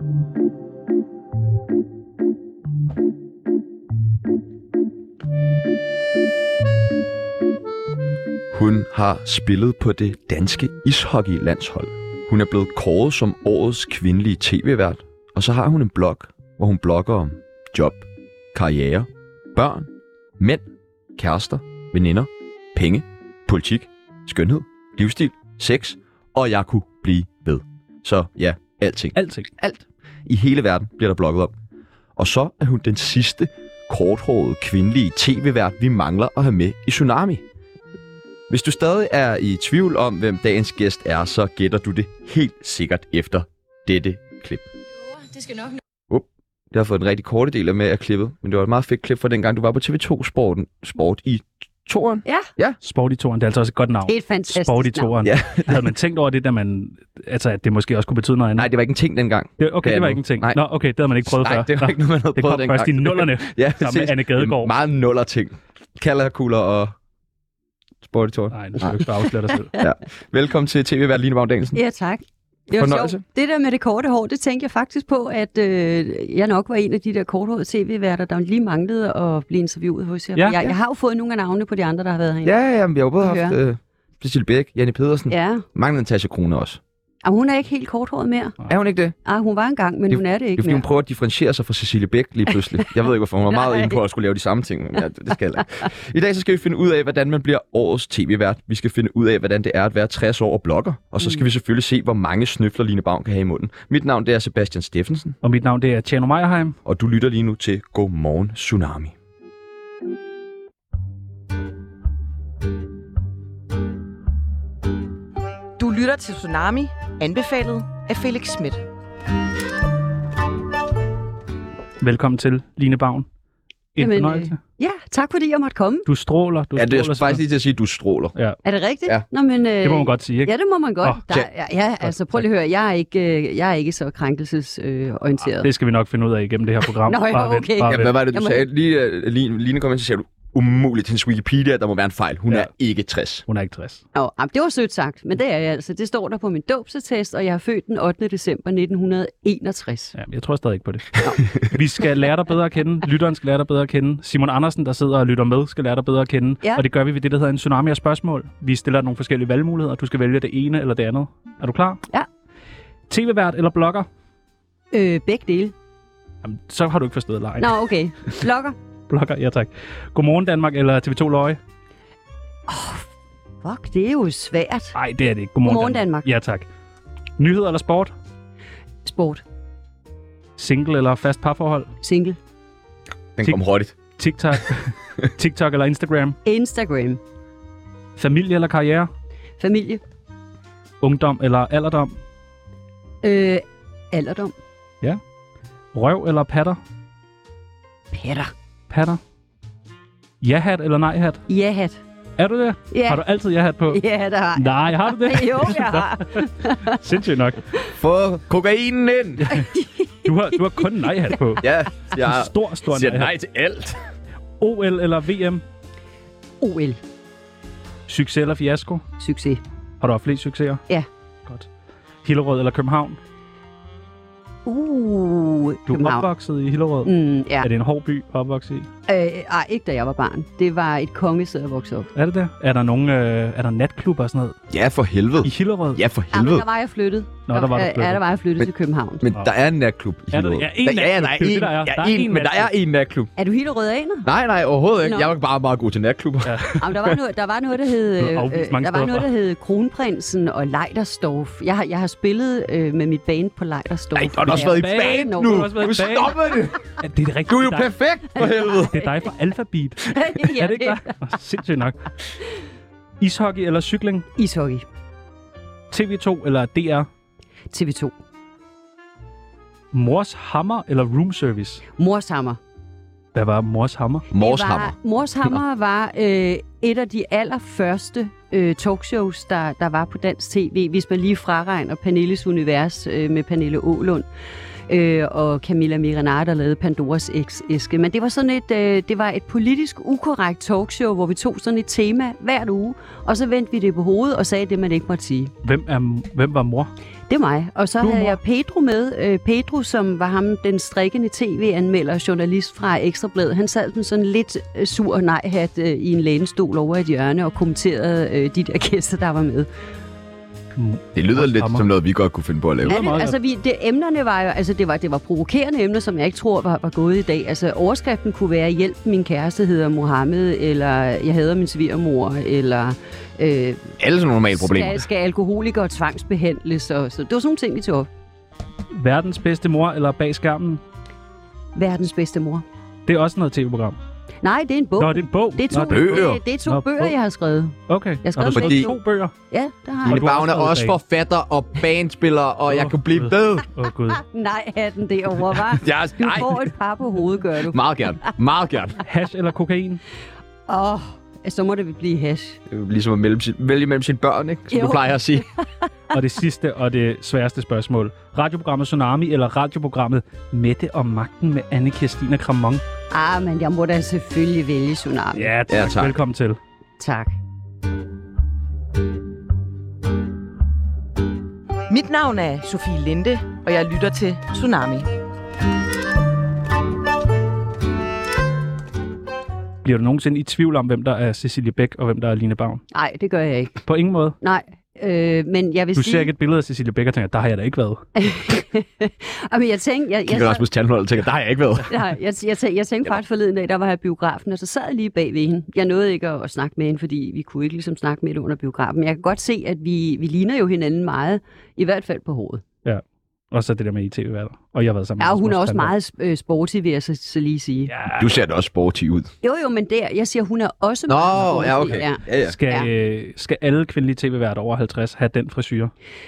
Hun har spillet på det danske ishockeylandshold. Hun er blevet kåret som årets kvindelige tv-vært. Og så har hun en blog, hvor hun blogger om job, karriere, børn, mænd, kærester, veninder, penge, politik, skønhed, livsstil, sex, og jeg kunne blive ved. Så ja, alting. Alt. I hele verden bliver der blogget om. Og så er hun den sidste korthårede kvindelige tv-vært, vi mangler at have med i Tsunami. Hvis du stadig er i tvivl om, hvem dagens gæst er, så gætter du det helt sikkert efter dette klip. Det skal nok. Det har fået en rigtig korte del af med at klippet, men det var et meget fedt klip fra dengang, du var på TV2 Sport i toren. Ja. Sport i toren, det er altså også et godt navn. Helt fantastisk Sport i toren. Ja. Havde man tænkt over det, at det måske også kunne betyde noget andet? Nej, det var ikke en ting dengang. Det var ikke en ting. Nej. Nå, okay, det havde man ikke prøvet før. Nej, det var ikke noget, man havde prøvet dengang. Det kom først i nullerne, sammen med Anne Gadegaard. Meget nuller ting. Kalderkugler og Sport i toren. Nej, nu skal du ikke bare afsløre dig selv. Ja. Velkommen til TV-vært Line Baun Danielsen. Ja, tak. Det var sjovt. Det der med det korte hår, det tænkte jeg faktisk på, at jeg nok var en af de der korthårede tv-værter, der lige manglede at blive interviewet hos jer. Jeg har jo fået nogle af navnene på de andre, der har været herinde. Ja, vi har jo både haft Cecilie Bæk, Janne Pedersen. Ja. Manglede Natasja Krone også. Hun er ikke helt korthåret mere. Er hun ikke det? Hun var engang, men hun er det ikke mere. Det er fordi, hun prøver at differentiere sig fra Cecilie Bæk lige pludselig. Jeg ved ikke, hvorfor hun var meget inde på at skulle lave de samme ting, men det skal jeg. I dag så skal vi finde ud af, hvordan man bliver årets tv-vært. Vi skal finde ud af, hvordan det er at være 60 år og blogger. Og så skal vi selvfølgelig se, hvor mange snøfler Line Baun kan have i munden. Mit navn det er Sebastian Steffensen. Og mit navn det er Tjerno Meierheim. Og du lytter lige nu til Godmorgen Tsunami. Du lytter til Tsunami, anbefalet af Felix Schmidt. Velkommen til, Line Baun. En fornøjelse. Ja, tak fordi jeg måtte komme. Du stråler. Det er faktisk lige til at sige, at du stråler. Ja. Er det rigtigt? Ja. Nå, men, det må man godt sige, ikke? Ja, det må man godt. Altså prøv lige at høre, jeg er ikke så krænkelsesorienteret. Det skal vi nok finde ud af igennem det her program. Nå, ja, okay. Hvad var det, du sagde? Line kom ind, så siger du, umuligt til hendes Wikipedia, der må være en fejl. Hun er ikke 60. Hun er ikke 60. Det var sødt sagt, men det er jeg altså. Det står der på min dåbsattest, og jeg er født den 8. december 1961. Ja, jeg tror stadig ikke på det. Vi skal lære dig bedre at kende. Lytteren skal lære dig bedre at kende. Simon Andersen, der sidder og lytter med, skal lære dig bedre at kende. Ja. Og det gør vi ved det, der hedder en tsunami af spørgsmål. Vi stiller dig nogle forskellige valgmuligheder. Du skal vælge det ene eller det andet. Er du klar? Ja. TV-vært eller blogger? Begge dele. Jamen, så har du ikke forstået lejen. Nå, okay. Blogger, ja tak. Godmorgen Danmark eller TV2 Løje? Fuck, det er jo svært. Nej, det er det ikke. Godmorgen Danmark. Ja tak. Nyheder eller sport? Sport. Single eller fast parforhold? Single. Den kom hurtigt. TikTok eller Instagram? Instagram. Familie eller karriere? Familie. Ungdom eller alderdom? Alderdom. Ja. Røv eller patter? Patter. Ja-hat eller nej-hat? Ja-hat. Er du det? Ja. Har du altid ja-hat på? Ja, der har jeg. Nej, har du det? Jo, jeg har. Sindssygt nok. Få kokainen ind! Du har kun nej-hat på. Ja, jeg har stor siger nej til alt. OL eller VM? OL. Succes eller fiasko? Succes. Har du haft flest succeser? Ja. Godt. Hillerød eller København? Du er opvokset i Hillerød. Ja. Er det en hård by at opvokse i? Ikke da jeg var barn. Det var et kongesæd at vokse op. Er det der? Er der natklubber og sådan noget? Ja, for helvede. I Hillerød? Ja, for helvede. Der var jeg flyttet. Nå, der var du flyttet. Ja, der var jeg flyttet til København. Men der er en natklub i Hillerød. Ja, en natklub. Men der er en natklub. Er du Hillerødaner? Nej, overhovedet ikke. Jeg var bare meget god til natklubber. Ja. Der var noget, der hed Kronprinsen og Leidersdorf. Jeg har spillet med mit band på Leidersdorf. Nej, du har også været i band nu. Du stopper det. Det er det rigtigt. Du er jo perfekt for helvede. Det er dig fra Alphabet. Ja, er det ikke dig? Sindssygt nok. Ishockey eller cykling? Ishockey. TV2 eller DR? TV2. Mors hammer eller room service? Mors hammer. Hvad var Mors hammer? Mors hammer. Mors hammer var et af de allerførste talkshows, der var på dansk tv, hvis man lige fraregner Pernilles Univers med Pernille Aalund. Og Camilla Miranard, der lavede Pandoras æske. Men det var sådan det var et politisk ukorrekt talkshow, hvor vi tog sådan et tema hvert uge, og så vendte vi det på hovedet og sagde det, man ikke måtte sige. Hvem var mor? Det er mig. Og så havde jeg Pedro med. Pedro, som var ham, den strikkende tv-anmelder, journalist fra Ekstra Bladet. Han sad med sådan lidt sur nej-hat i en lænestol over et hjørne og kommenterede de der gæster, der var med. Det lyder lidt som noget, vi godt kunne finde på at lave. Emnerne var jo, altså det var provokerende emner, som jeg ikke tror var gået i dag. Altså overskriften kunne være, hjælp, min kæreste hedder Mohammed, eller jeg hader min svigermor, eller alle sådan normale problemer. Skal alkoholikere tvangsbehandles, så det var sådan nogle ting, vi tog op. Verdens bedste mor, eller bag skærmen? Verdens bedste mor. Det er også noget tv-program. Nej, det er en bog. Nå, det er en bog. Det er to bøger, jeg har skrevet. Okay. Jeg har skrevet 2 bøger? Ja, det har jeg. Line Bavn er også forfatter og bandspiller, og jeg kan blive ved. Gud. Nej, hatten derovre, hva'? Du får et par på hovedet, gør du. Meget gerne. Meget gerne. Hash eller kokain? Så må det blive hash. Ligesom at vælge mellem sine børn, ikke? Som du plejer at sige. Og det sidste og det sværeste spørgsmål. Radioprogrammet Tsunami eller radioprogrammet Mette og Magten med Anne-Kirstine Kramon? Men jeg må da selvfølgelig vælge Tsunami. Ja, tak. Velkommen til. Tak. Mit navn er Sofie Linde, og jeg lytter til Tsunami. Bliver du nogensinde i tvivl om, hvem der er Cecilie Bæk og hvem der er Line Bavn? Nej, det gør jeg ikke. På ingen måde? Nej. Men jeg vil du ser ikke et billede af Cecilie Bæk og tænker, der har jeg da ikke været. Men jeg tænkte... Kigger Rasmus Tandhold og tænker, der har jeg ikke været. Nej, jeg tænkte faktisk forleden dag, der var jeg i biografen, og så sad jeg lige bag ved hende. Jeg nåede ikke at snakke med hende, fordi vi kunne ikke ligesom snakke med det under biografen. Men jeg kan godt se, at vi ligner jo hinanden meget, i hvert fald på hovedet. Ja. Og så det der med ITV-værter. Og jeg har været sammen med hun er også meget sporty, vil jeg så lige sige. Ja. Du ser da også sporty ud. Jo, men jeg siger, hun er også meget sporty. Ja, okay. Ja. Skal alle kvindelige tv-værter over 50 have den frisyre?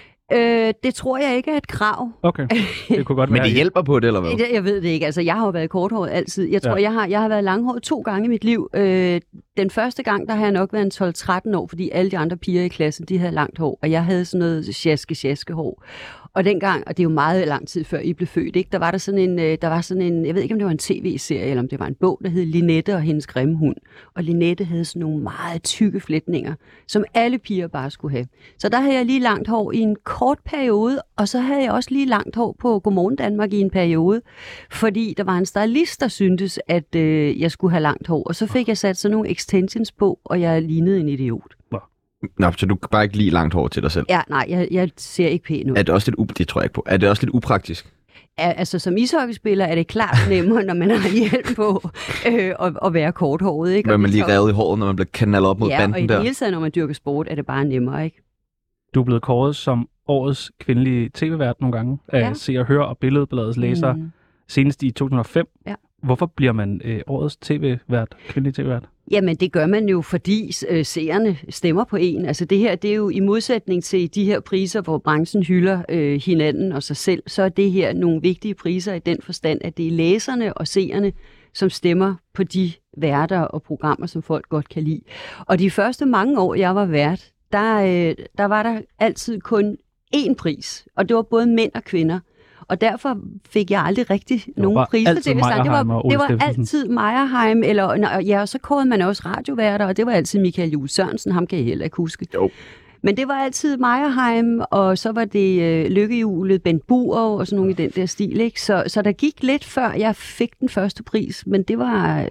Det tror jeg ikke er et krav. Okay, det kunne godt være. Men det hjælper på det, eller hvad? Jeg ved det ikke. Altså, jeg har jo været korthåret altid. Jeg tror, jeg har været langhåret 2 gange i mit liv. Den første gang, der har jeg nok været en 12-13 år, fordi alle de andre piger i klassen, de havde langt hår, og jeg havde sådan noget sjaske hår. Og dengang, og det er jo meget lang tid før I blev født, ikke? Der var sådan en, jeg ved ikke om det var en tv-serie, eller om det var en bog, der hed Linette og hendes grimme hund. Og Linette havde sådan nogle meget tykke flætninger, som alle piger bare skulle have. Så der havde jeg lige langt hår i en kort periode, og så havde jeg også lige langt hår på Godmorgen Danmark i en periode, fordi der var en stylist, der syntes, at jeg skulle have langt hår. Og så fik jeg sat sådan nogle extensions på, og jeg lignede en idiot. Nå, så du kan bare ikke lide langt hår til dig selv? Ja, nej, jeg ser ikke pæn ud. Er det også lidt det tror jeg ikke på. Er det også lidt upraktisk? Altså, som ishockeyspiller er det klart nemmere, når man har hjelm på at være korthåret, ikke? Men man lige revet i håret, når man bliver knaldet op mod banden der. Ja, og i det hele taget, når man dyrker sport, er det bare nemmere, ikke? Du er blevet kåret som årets kvindelige tv-vært nogle gange af Se og Hør og Billedbladets læsere, senest i 2005. Ja. Hvorfor bliver man årets tv-vært, kvindelig tv-vært? Jamen, det gør man jo, fordi seerne stemmer på en. Altså, det her, det er jo i modsætning til de her priser, hvor branchen hylder hinanden og sig selv, så er det her nogle vigtige priser i den forstand, at det er læserne og seerne, som stemmer på de værter og programmer, som folk godt kan lide. Og de første mange år, jeg var vært, der var der altid kun én pris, og det var både mænd og kvinder. Og derfor fik jeg aldrig rigtig nogen priser til det. Det var altid Meyerheim, og så kårede man også radioværter, og det var altid Michael Juhl Sørensen, ham kan jeg heller ikke huske. Jo. Men det var altid Meyerheim, og så var det Lykkehjulet, Bent Buer og sådan nogle i den der stil, ikke? Så der gik lidt før jeg fik den første pris, men det var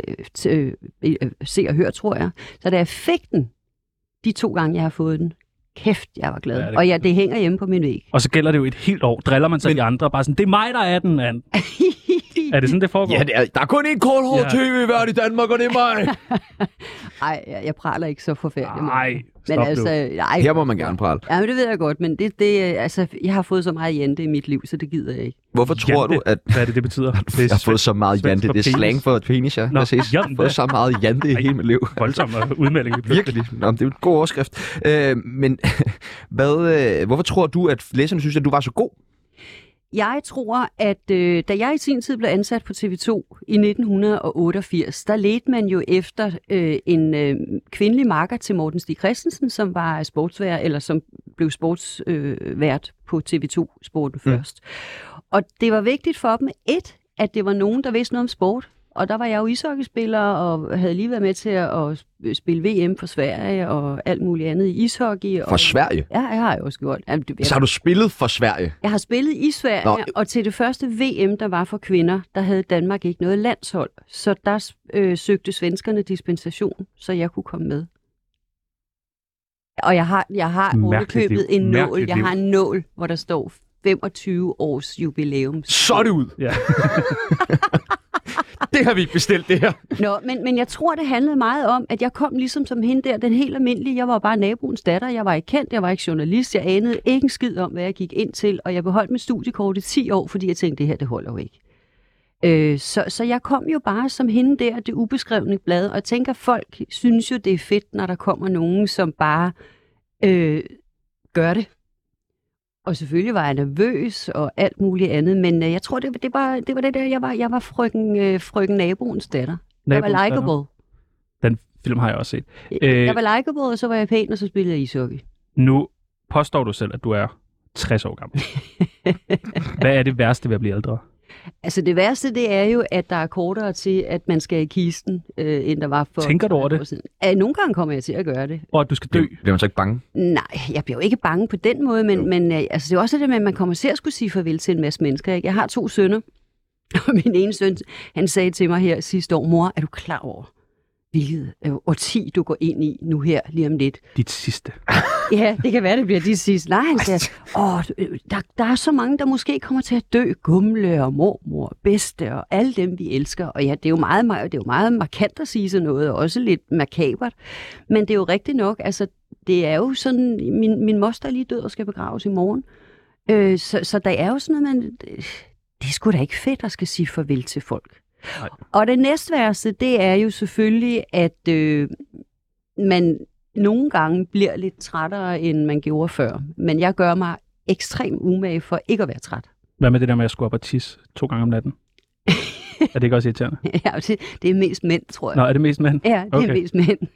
Se og Hør, tror jeg. Så da jeg fik den, de 2 gange, jeg har fået den, kæft, jeg var glad. Og det hænger hjemme på min væg. Og så gælder det jo et helt år. Driller man sig de andre, bare sådan, det er mig, der er den, mand. Er det sådan, det foregår? Ja, der er kun én korthåret tv-vært i Danmark, og det er mig. Nej, jeg praler ikke så forfærdeligt. Nej, men altså, her må man gerne prale. Ja, men det ved jeg godt, men altså, jeg har fået så meget jante i mit liv, så det gider jeg ikke. Hvorfor tror du, at... Hvad er det betyder? Jeg har fået så meget jante. Det er slang for penis, ja. Jeg har fået så meget jante i hele mit liv. Voldsom udmelding. Virkelig. Nå, det er jo en god overskrift. Men hvorfor tror du, at læserne synes, at du var så god? Jeg tror, at da jeg i sin tid blev ansat på TV2 i 1988, der ledte man jo efter en kvindelig makker til Morten Stig Christensen, som var sportsvært, eller som blev sportsvært på TV2 Sporten først. Og det var vigtigt for dem, at det var nogen, der vidste noget om sport. Og der var jeg jo ishockeyspiller, og havde lige været med til at spille VM for Sverige, og alt muligt andet i ishockey. For Sverige? Ja, jeg har jo også gjort. Så har du spillet for Sverige? Jeg har spillet i Sverige, og til det første VM, der var for kvinder, der havde Danmark ikke noget landshold. Så der søgte svenskerne dispensation, så jeg kunne komme med. Og jeg har underkøbet en nål. Jeg har en nål, hvor der står 25 års jubilæum. Så er det ud! Ja. Det har vi bestilt, det her. Nå, men jeg tror, det handlede meget om, at jeg kom ligesom som hende der, den helt almindelige. Jeg var bare naboens datter. Jeg var ikke kendt, jeg var ikke journalist. Jeg anede ikke en skid om, hvad jeg gik ind til. Og jeg beholdt mit studiekort i 10 år, fordi jeg tænkte, det her, det holder jo ikke. Så jeg kom jo bare som hende der, det ubeskrevne blad. Og jeg tænker, folk synes jo, det er fedt, når der kommer nogen, som bare gør det. Og selvfølgelig var jeg nervøs og alt muligt andet, men jeg tror, det var det der, jeg var frøken naboens datter. Jeg var likeable. Den film har jeg også set. Jeg var likeable, og så var jeg pæn, og så spillede jeg ishockey. Nu påstår du selv, at du er 60 år gammel. Hvad er det værste ved at blive ældre? Altså det værste, det er jo, at der er kortere til, at man skal i kisten, end der var for... Tænker du over det? Nogle gange kommer jeg til at gøre det. Og at du skal dø? Bliver man så ikke bange? Nej, jeg bliver jo ikke bange på den måde, men altså, det er også det med, at man kommer til at skulle sige farvel til en masse mennesker. Ikke? Jeg har 2 sønner, og min ene søn, han sagde til mig her sidste år, mor, er du klar over, hvilket årti du går ind i nu her lige om lidt? Dit sidste. Ja, det kan være, det bliver dit sidste. Nej, han siger, der er så mange, der måske kommer til at dø. Gumle og mormor og bedste og alle dem, vi elsker. Og ja, det er jo meget markant at sige sådan noget, og også lidt makabert. Men det er jo rigtigt nok, altså, det er jo sådan, min moster er lige død og skal begraves i morgen. Så der er jo sådan noget, det er sgu da ikke fedt at skal sige farvel til folk. Nej. Og det næstværste, det er jo selvfølgelig, at man nogle gange bliver lidt trættere, end man gjorde før. Men jeg gør mig ekstremt umage for ikke at være træt. Hvad med det der med at skulle op og tisse 2 gange om natten? Er det ikke også irriterende? Ja, det er mest mænd, tror jeg. Nå, er det mest mænd? Ja, det er mest mænd.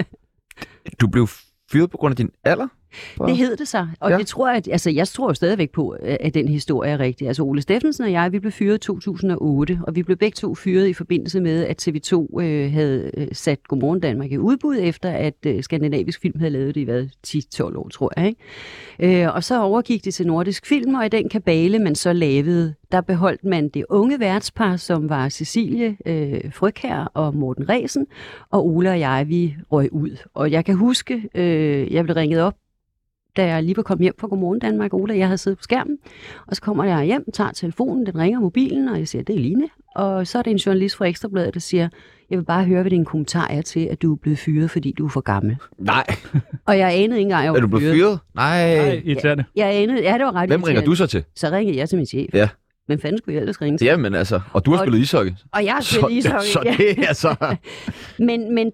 Du blev fyret på grund af din alder? Det hed det så, og det tror jeg tror jo stadigvæk på, at den historie er rigtig. Altså Ole Steffensen og jeg, vi blev fyret i 2008, og vi blev begge 2 fyret i forbindelse med, at TV2 havde sat Godmorgen Danmark i udbud, efter at Skandinavisk Film havde lavet det i 10-12 år, tror jeg. Ikke? Og så overgik det til Nordisk Film, og i den kabale, man så lavede, der beholdt man det unge værtspar, som var Cecilie Frøkjær og Morten Resen, og Ole og jeg, vi røg ud. Og jeg kan huske, jeg blev ringet op, da jeg lige var kommet hjem fra Godmorgen Danmark, Ole og jeg havde siddet på skærmen, og så kommer jeg hjem, tager telefonen, den ringer mobilen, og jeg siger, det er Line. Og så er det en journalist fra Ekstra Bladet, der siger, jeg vil bare høre, hvad din kommentar er til, at du er blevet fyret, fordi du er for gammel. Nej. Og jeg anede ikke engang, jeg var fyret. Er du blevet fyret? Nej. Irriterende. Jeg anede, det var ret. Hvem ringer du så til? Så ringede jeg til min chef. Ja. Men fanden skulle jeg ellers ringe til? Jamen altså, og du har spillet ishockey. Og jeg har spillet ishockey, så det er altså... Men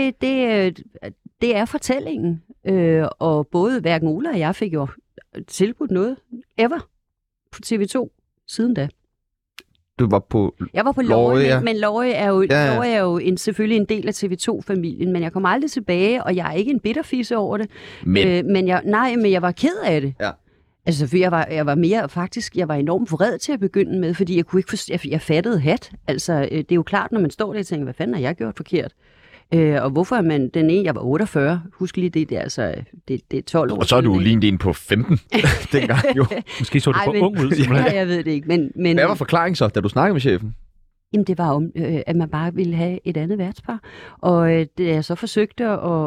det er fortællingen. Og både hverken Ole og jeg fik jo tilbudt noget ever på TV2 siden da. Du var på... Jeg var på Lorge, men Lorge er jo selvfølgelig en del af TV2-familien, men jeg kom aldrig tilbage, og jeg er ikke en bitterfisse over det. Men jeg var ked af det. Ja. Altså, for jeg var enormt vred til at begynde med, fordi jeg kunne ikke jeg fattede hat. Altså, det er jo klart, når man står der og tænker, hvad fanden har jeg gjort forkert? Og hvorfor er man den ene, jeg var 48, husk lige det der, altså, det er 12 år. Og så er du lige en på 15 dengang, jo. Måske så du for ung ud. Ja, jeg ved det ikke, men... Hvad var forklaringen så, da du snakkede med chefen? Jamen, det var om, at man bare ville have et andet værtspar. Og det jeg så forsøgte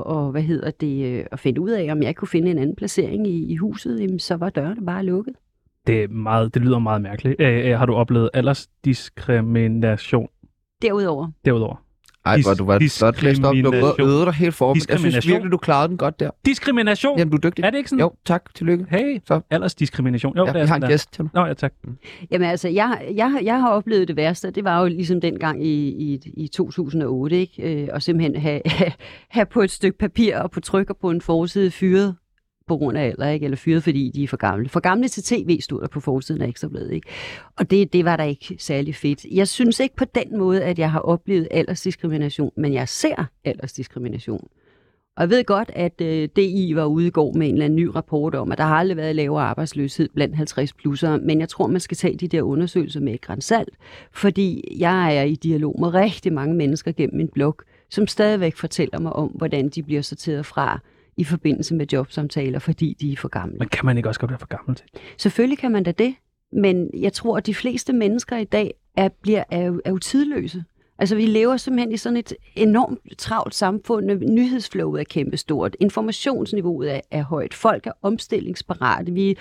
at finde ud af, om jeg kunne finde en anden placering i huset, jamen, så var dørene bare lukket. Det lyder meget mærkeligt. Har du oplevet aldersdiskrimination? Derudover. Ej, hvor du var godt læst op. Du øvede dig helt for. Jeg synes virkelig, du klarede den godt der. Diskrimination? Jamen, du er dygtig. Er det ikke sådan? Jo, tak. Tillykke. Hey, så. Aldersdiskrimination. Jo, ja, jeg har en gæst til dig. Nå, ja, tak. Jamen altså, jeg har oplevet det værste. Det var jo ligesom dengang i 2008, ikke? Og simpelthen have på et stykke papir og på tryk og på en forside fyret på grund af alder, ikke? Eller fyret, fordi de er for gamle. For gamle til tv stod der på forsiden af Ekstrabladet, ikke? Og det var da ikke særlig fedt. Jeg synes ikke på den måde, at jeg har oplevet aldersdiskrimination, men jeg ser aldersdiskrimination. Og jeg ved godt, at DI var ude i går med en eller anden ny rapport om, at der har aldrig været lavere arbejdsløshed blandt 50-plussere, men jeg tror, man skal tage de der undersøgelser med et gran salt, fordi jeg er i dialog med rigtig mange mennesker gennem min blog, som stadigvæk fortæller mig om, hvordan de bliver sorteret fra i forbindelse med jobsamtaler, fordi de er for gamle. Men kan man ikke også godt være for gammel til? Selvfølgelig kan man da det, men jeg tror, at de fleste mennesker i dag er jo tidløse. Altså, vi lever simpelthen i sådan et enormt travlt samfund. Nyhedsflowet er kæmpestort. Informationsniveauet er højt. Folk er omstillingsparate. Vi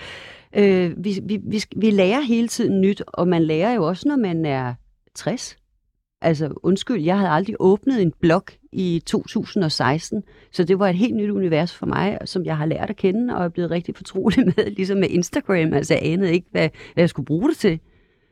lærer hele tiden nyt, og man lærer jo også, når man er 60. Altså, undskyld, jeg havde aldrig åbnet en blog i 2016, så det var et helt nyt univers for mig, som jeg har lært at kende, og er blevet rigtig fortrolig med, ligesom med Instagram. Altså, jeg anede ikke, hvad jeg skulle bruge det til.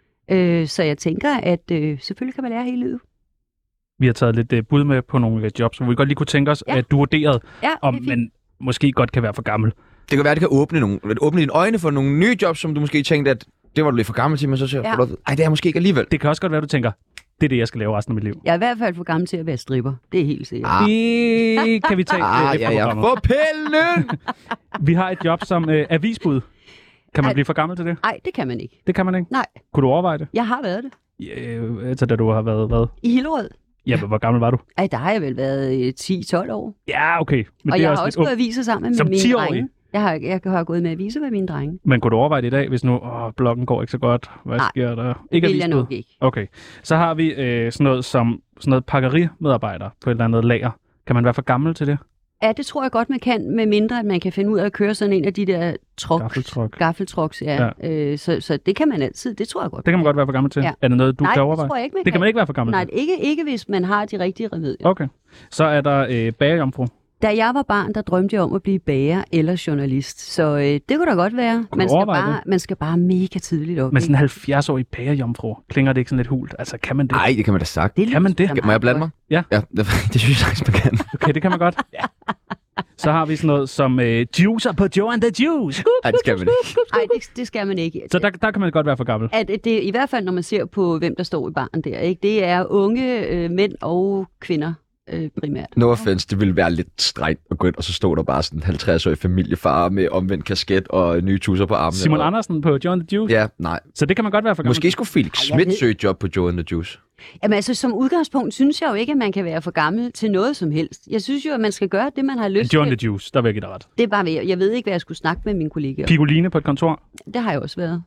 Så jeg tænker, at selvfølgelig kan man lære hele livet. Vi har taget lidt bud med på nogle jobs, hvor vi godt lige kunne tænke os, at du vurderede, om man måske godt kan være for gammel. Det kan være, at det kan åbne dine øjne for nogle nye jobs, som du måske tænkte, at det var du lidt for gammel til, men så siger ej, det er måske ikke alligevel. Det kan også godt være, at du tænker, det er det, jeg skal lave resten af mit liv. Jeg er i hvert fald for gammel til at være stripper. Det er helt sikkert. Det kan vi tage efter programmet. For pælene! Vi har et job som avisbud. Kan man blive for gammel til det? Nej, det kan man ikke. Det kan man ikke? Nej. Kunne du overveje det? Jeg har været det. Altså da du har været hvad? I Hillerød. Ja, men hvor gammel var du? Ej, der har jeg vel været 10-12 år. Ja, okay. Men og det jeg er har også gået aviser sammen med mine drenge. Jeg har gået med aviser med mine drenge. Men kunne du overveje det i dag, hvis nu bloggen går ikke så godt? Hvad sker der? Ikke det vil jeg nok ikke. Okay. Så har vi sådan noget pakkerimedarbejder på et eller andet lager. Kan man være for gammel til det? Ja, det tror jeg godt, man kan, med mindre at man kan finde ud af at køre sådan en af de der gaffeltrucks. Ja. Så det kan man altid. Det tror jeg godt. Det kan man godt være for gammel til. Ja. Er det noget, du kan overveje? Nej, det tror jeg ikke, det kan man ikke være for gammel til? Nej, ikke hvis man har de rigtige remedier. Okay. Så er der bagerjomfru. Da jeg var barn, der drømte jeg om at blive bager eller journalist. Så det kunne da godt være. Man skal bare mega tidligt op. Men sådan en 70-årig bagerjomfru, klinger det ikke sådan lidt hult? Altså, kan man det? Nej, det kan man da sagt. Kan man det? Må jeg blande mig? Ja. Det synes jeg faktisk, man kan. Okay, det kan man godt. Ja. Så har vi sådan noget som juicer på Joe and the Juice. Nej, det skal man ikke. Nej, det skal man ikke. Så der kan man godt være for gammel. Det, i hvert fald, når man ser på, hvem der står i baren der, ikke? Det er unge mænd og kvinder. Primært. No offense, det ville være lidt strengt at gå ind, og så stod der bare sådan en 50-årig familiefar med omvendt kasket og nye tusser på armene. Simon Andersen på Joe and the Juice? Ja, nej. Så det kan man godt være for gammel. Måske skulle Felix Schmidt søge job på Joe and the Juice. Jamen altså, som udgangspunkt synes jeg jo ikke, at man kan være for gammel til noget som helst. Jeg synes jo, at man skal gøre det, man har lyst til. Joe and the Juice, der vil jeg give dig ret. Det er bare, jeg ved ikke, hvad jeg skulle snakke med mine kollegaer. Picoline på et kontor? Det har jeg også været.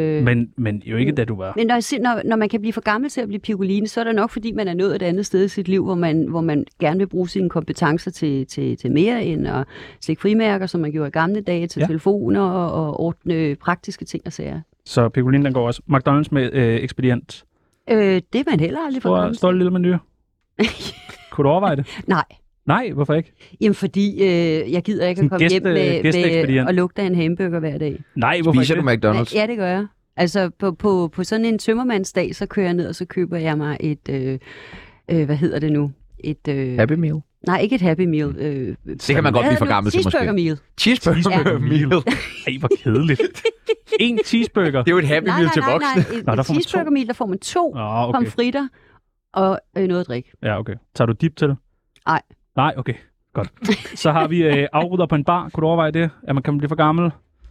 Men jo ikke da du var. Men når man kan blive for gammel til at blive picoline, så er det nok, fordi man er nået et andet sted i sit liv, hvor man gerne vil bruge sine kompetencer til mere end at stikke frimærker, som man gjorde i gamle dage, til telefoner og ordne praktiske ting og sager. Så picoline, den går også. McDonald's med ekspedient? Det er man heller aldrig for gammel til. Står lille menu. Kunne du overveje det? Nej. Nej, hvorfor ikke? Jamen, fordi jeg gider ikke at komme hjem med og lugte af en hamburger hver dag. Nej, hvorfor Spiser ikke du McDonald's? Ja, det gør jeg. Altså, på sådan en tømmermandsdag, så kører jeg ned, og så køber jeg mig et, hvad hedder det nu? Happy Meal? Nej, ikke et Happy Meal. Det kan man godt blive for gammel til, måske. Cheeseburger Meal. Ej, hvor kedeligt. En cheeseburger. Det er jo et Happy Meal til voksne. Nej, et cheeseburger meal, der får man 2 pomfritter og noget at drikke. Ja, okay. Tager du dip til det? Nej. Nej, okay. Godt. Så har vi afrydder på en bar. Kunne du overveje det? At man kan blive for gammel?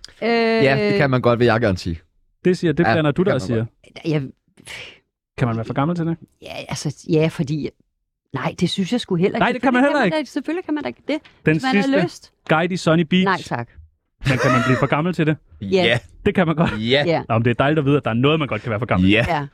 Ja, det kan man godt, vil jeg gerne sige. Det blander du der siger. Kan man være for gammel til det? Ja, altså, fordi... Nej, det synes jeg sgu heller ikke. Nej, det kan man heller ikke. Selvfølgelig kan man da ikke det, den hvis man har lyst. Guide i Sunny Beach. Nej, tak. Men kan man blive for gammel til det? Ja. Det kan man godt. Ja. Nå, men det er dejligt at vide, at der er noget, man godt kan være for gammel. Ja.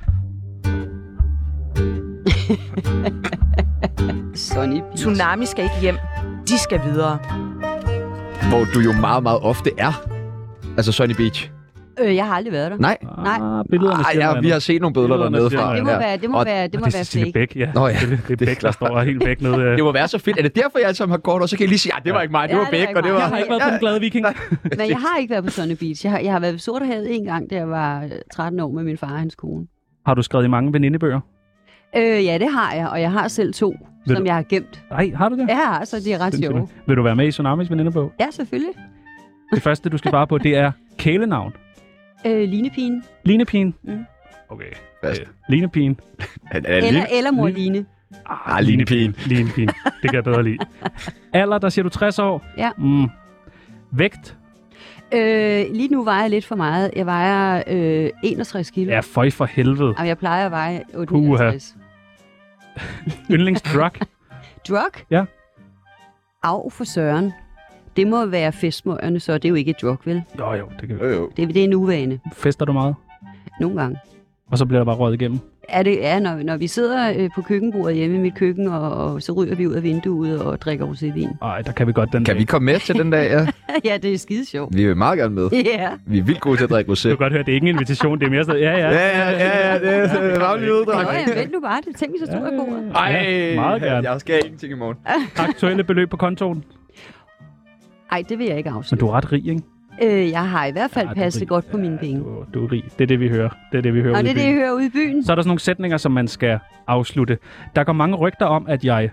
Sunny Beach. Tsunami skal ikke hjem. De skal videre. Hvor du jo meget, meget ofte er. Altså Sunny Beach. Jeg har aldrig været der. Nej. Billederne vi har set nogle billeder dernede fra. Det må være fake. Bæk, ja. Nå, ja. Det er Bæk, der står helt væk nede. Det må være så fedt. Er det derfor, jeg altid har kort, og så kan jeg lige sige, det var ikke mig, det var Bæk, og det var... Jeg har ikke været på Den Glade Viking. Men jeg har ikke været på Sunny Beach. Jeg har været ved Sortehavet en gang, da jeg var 13 år med min far og hans kone. Har du skrevet i mange venindebøger? Ja, det har jeg, og jeg har selv 2, jeg har gemt. Nej, har du det? Ja, så de er ret sjove. Vil du være med i Tsunamis venindebog? Ja, selvfølgelig. Det første, du skal svare på, det er kælenavn. Linepigen. Linepigen? Mm. Okay. Fast. Linepigen. Eller mor Line. Linepigen. Linepigen. Det kan jeg bedre lide. Alder, der siger du 60 år. Ja. Vægt? Lige nu vejer jeg lidt for meget. Jeg vejer 61 kilo. Ja, føj for helvede. Jamen, jeg plejer at veje 58. Yndlingsdrug? Drug? Ja. Af for søren. Det må være festmøgerne, så det er jo ikke et drug, vel? Jo, det kan vi. Jo. Det er en uvane. Fester du meget? Nogle gange. Og så bliver der bare røget igennem? Når vi sidder på køkkenbordet hjemme i mit køkken, og så ryger vi ud af vinduet og drikker rosévin. Nej, der kan vi godt den Kan dag. vi komme med til den dag, ja? Ja, det er skide sjovt. Vi vil meget gerne med. Ja. Vi er vildt gode til at drikke rosé. Du kan godt høre, det er ikke en invitation, det er mere sådan, ja, Det er ravlig uddrag. Nå, ja, vent nu bare. Det tænker vi så stod af bordet. Ja, meget gerne. Jeg skal ingenting i morgen. Aktuelle beløb på kontoen? Ej, det vil jeg ikke Men afsløre. du er ret rig, ikke? Jeg har i hvert fald passet godt på mine penge. Du er rig. Det er det, vi hører. Det er det, vi hører Og ude det i er det, byen. jeg hører ude i byen. Så er der sådan nogle sætninger, som man skal afslutte. Der går mange rygter om, at jeg...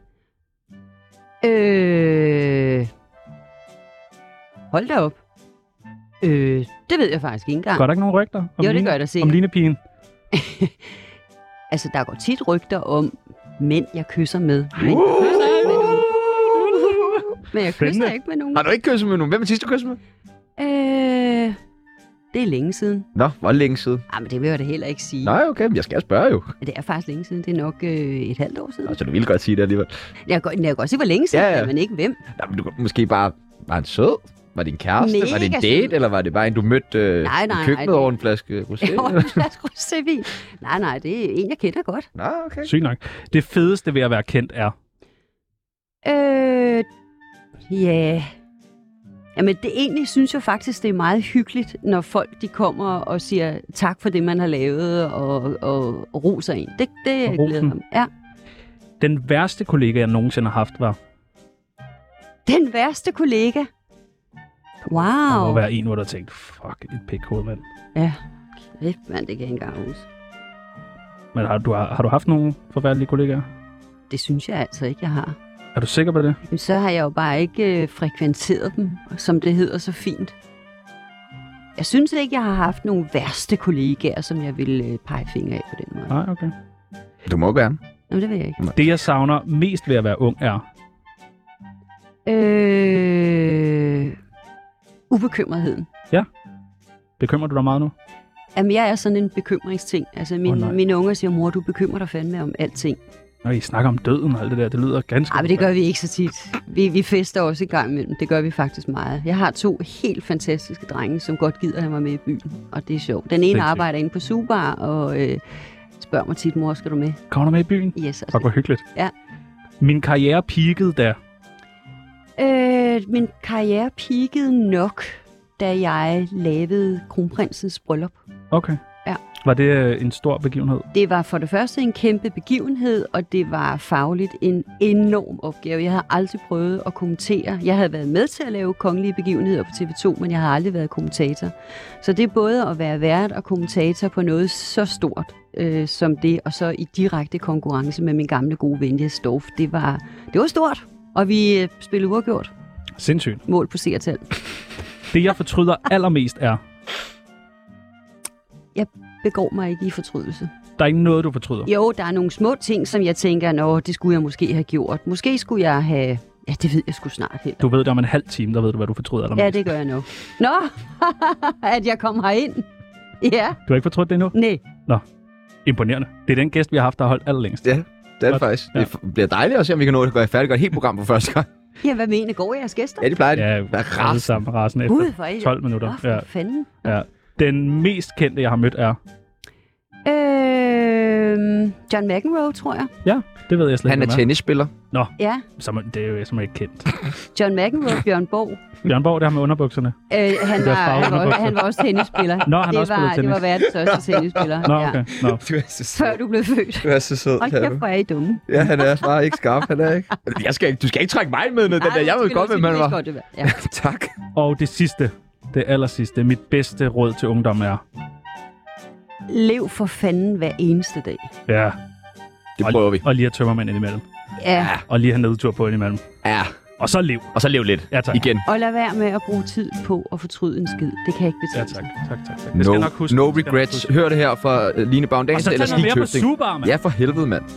Hold da op. Det ved jeg faktisk ikke engang. Gør der ikke nogen rygter? Jo, det gør der Om sikkert. linepigen? Altså, der går tit rygter om mænd, jeg kysser med. Men jeg kysser Spændende. ikke med nogen. Har du ikke kysset med nogen? Hvem er sidst, du kyssede med? Det er længe siden. Nå, hvor længe siden? Men det vil jeg da heller ikke sige. Nej, okay, men jeg skal spørge jo. Det er faktisk længe siden. Det er nok et halvt år siden. Altså, du ville godt sige det alligevel. Jeg kan godt sige, hvor længe siden, Ja. men ikke hvem. Nej, men du måske bare... Var han sød? Var det en kæreste? Mega var det en sød. date? Eller var det bare en, du mødte Nej, i nej, køkkenet det- over en flaske rosé? Og en flaske rosévin. Nej, det er en, jeg kender godt. Nå, okay. Sygt nok. Det fedeste ved at være kendt er... Ja. Jamen, det egentlig synes jeg faktisk, det er meget hyggeligt, når folk de kommer og siger tak for det, man har lavet, og roser en. Det Og glæder rosen. mig. Ja. Den værste kollega, jeg nogensinde har haft, var... Den værste kollega. Der må Wow. være en, hvor du har tænkt, fuck, et pikhoved, mand. Ja. Kæft, mand, det kan jeg ikke engang huske. Men har du haft nogle forfærdelige kollegaer? Det synes jeg altså ikke, jeg har. Er du sikker på det? Men så har jeg jo bare ikke frekventeret dem, som det hedder så fint. Jeg synes ikke, jeg har haft nogle værste kollegaer, som jeg vil pege fingre af på den måde. Nej, okay. Du må gerne. Jamen, det vil jeg ikke. Det, jeg savner mest ved at være ung, er... Ubekymretheden. Bekymrer du dig meget nu? Jamen, jeg er sådan en bekymringsting. Altså, nej. mine unger siger, mor, du bekymrer dig fandme om alting. Når I snakker om døden og alt det der, det lyder ganske... Nej, men det gør vi ikke så tit. Vi fester også en gang imellem. Det gør vi faktisk meget. Jeg har 2 helt fantastiske drenge, som godt gider have mig med i byen. Og det er sjovt. Den ene Sindssygt. arbejder inde på Subar, og spørger mig tit, mor, skal du med? Kommer du med i byen? Yes, altså. Fuck, hvor hyggeligt. Ja. Min karriere peakede da. Min karriere peakede nok, da jeg lavede Kronprinsens bryllup. Okay. Ja. Var det en stor begivenhed? Det var for det første en kæmpe begivenhed, og det var fagligt en enorm opgave. Jeg havde aldrig prøvet at kommentere. Jeg havde været med til at lave kongelige begivenheder på TV2, men jeg har aldrig været kommentator. Så det er både at være vært og kommentator på noget så stort som det, og så i direkte konkurrence med min gamle gode ven Jes Dorf. Det var stort, og vi spillede uafgjort. Sindssygt. Mål på seertal. Det, jeg fortryder allermest er... Jeg begår mig ikke i fortrydelse. Der er ikke noget, du fortryder. Jo, der er nogle små ting, som jeg tænker, det skulle jeg måske have gjort. Måske skulle jeg have... Ja, det ved jeg sgu snart heller. Du ved det om en halv time, der ved du, hvad du fortryder allermest. Ja, det gør jeg nok. Nå, at jeg kom herind. Ja, Du har ikke fortrudt det endnu? nej. Imponerende. Det er den gæst, vi har haft, der har holdt allerlængst. Ja, det er det Godt. faktisk. Ja. Det bliver dejligt at se, om vi kan nå at gøre færdigt et helt program på første gang. Ja, hvad mener går jeres gæster? Ja, det plejer det. Ja, Hvad er alle resten? sammen rasen efter Gud, hvor er I... 12 minutter. Åh, for fanden. Ja. Den mest kendte, jeg har mødt, er... John McEnroe, tror jeg. Ja, det ved jeg slet Han er ikke, hvem tennisspiller. Ja, Det er jo som ikke kendt. John McEnroe, Bjørn Borg. Bjørn Borg, det har med underbukserne. Han var også tennisspiller. Nå, han har også spillet Det tennis. var verdens største tennisspiller. Nå, Ja. okay. Nå. Du er så sød. Før du blev født. Du er så sød, Hold kæft, hvor er I dumme. Ja, han er bare ikke skarp, han er ikke. Du skal ikke trække mig med ned, den der. Jeg ved godt, hvem man var. Ja. Tak. Og det sidste, det allersidste, mit bedste råd til ungdom er... Lev for fanden hver eneste dag. Ja, Det prøver vi. og lige at tømmermænd indimellem. Ja. Og lige have nedtur på indimellem. Ja. Og så lev. Og så lev lidt igen. Og lad være med at bruge tid på at fortryde en skid. Det kan ikke betale sig. Tak. Det skal jeg nok huske. No regrets. Hør det her fra Line Baun Danielsen eller Stig Tøfting. Og så tag noget mere på Super, mand. Ja, for helvede, mand.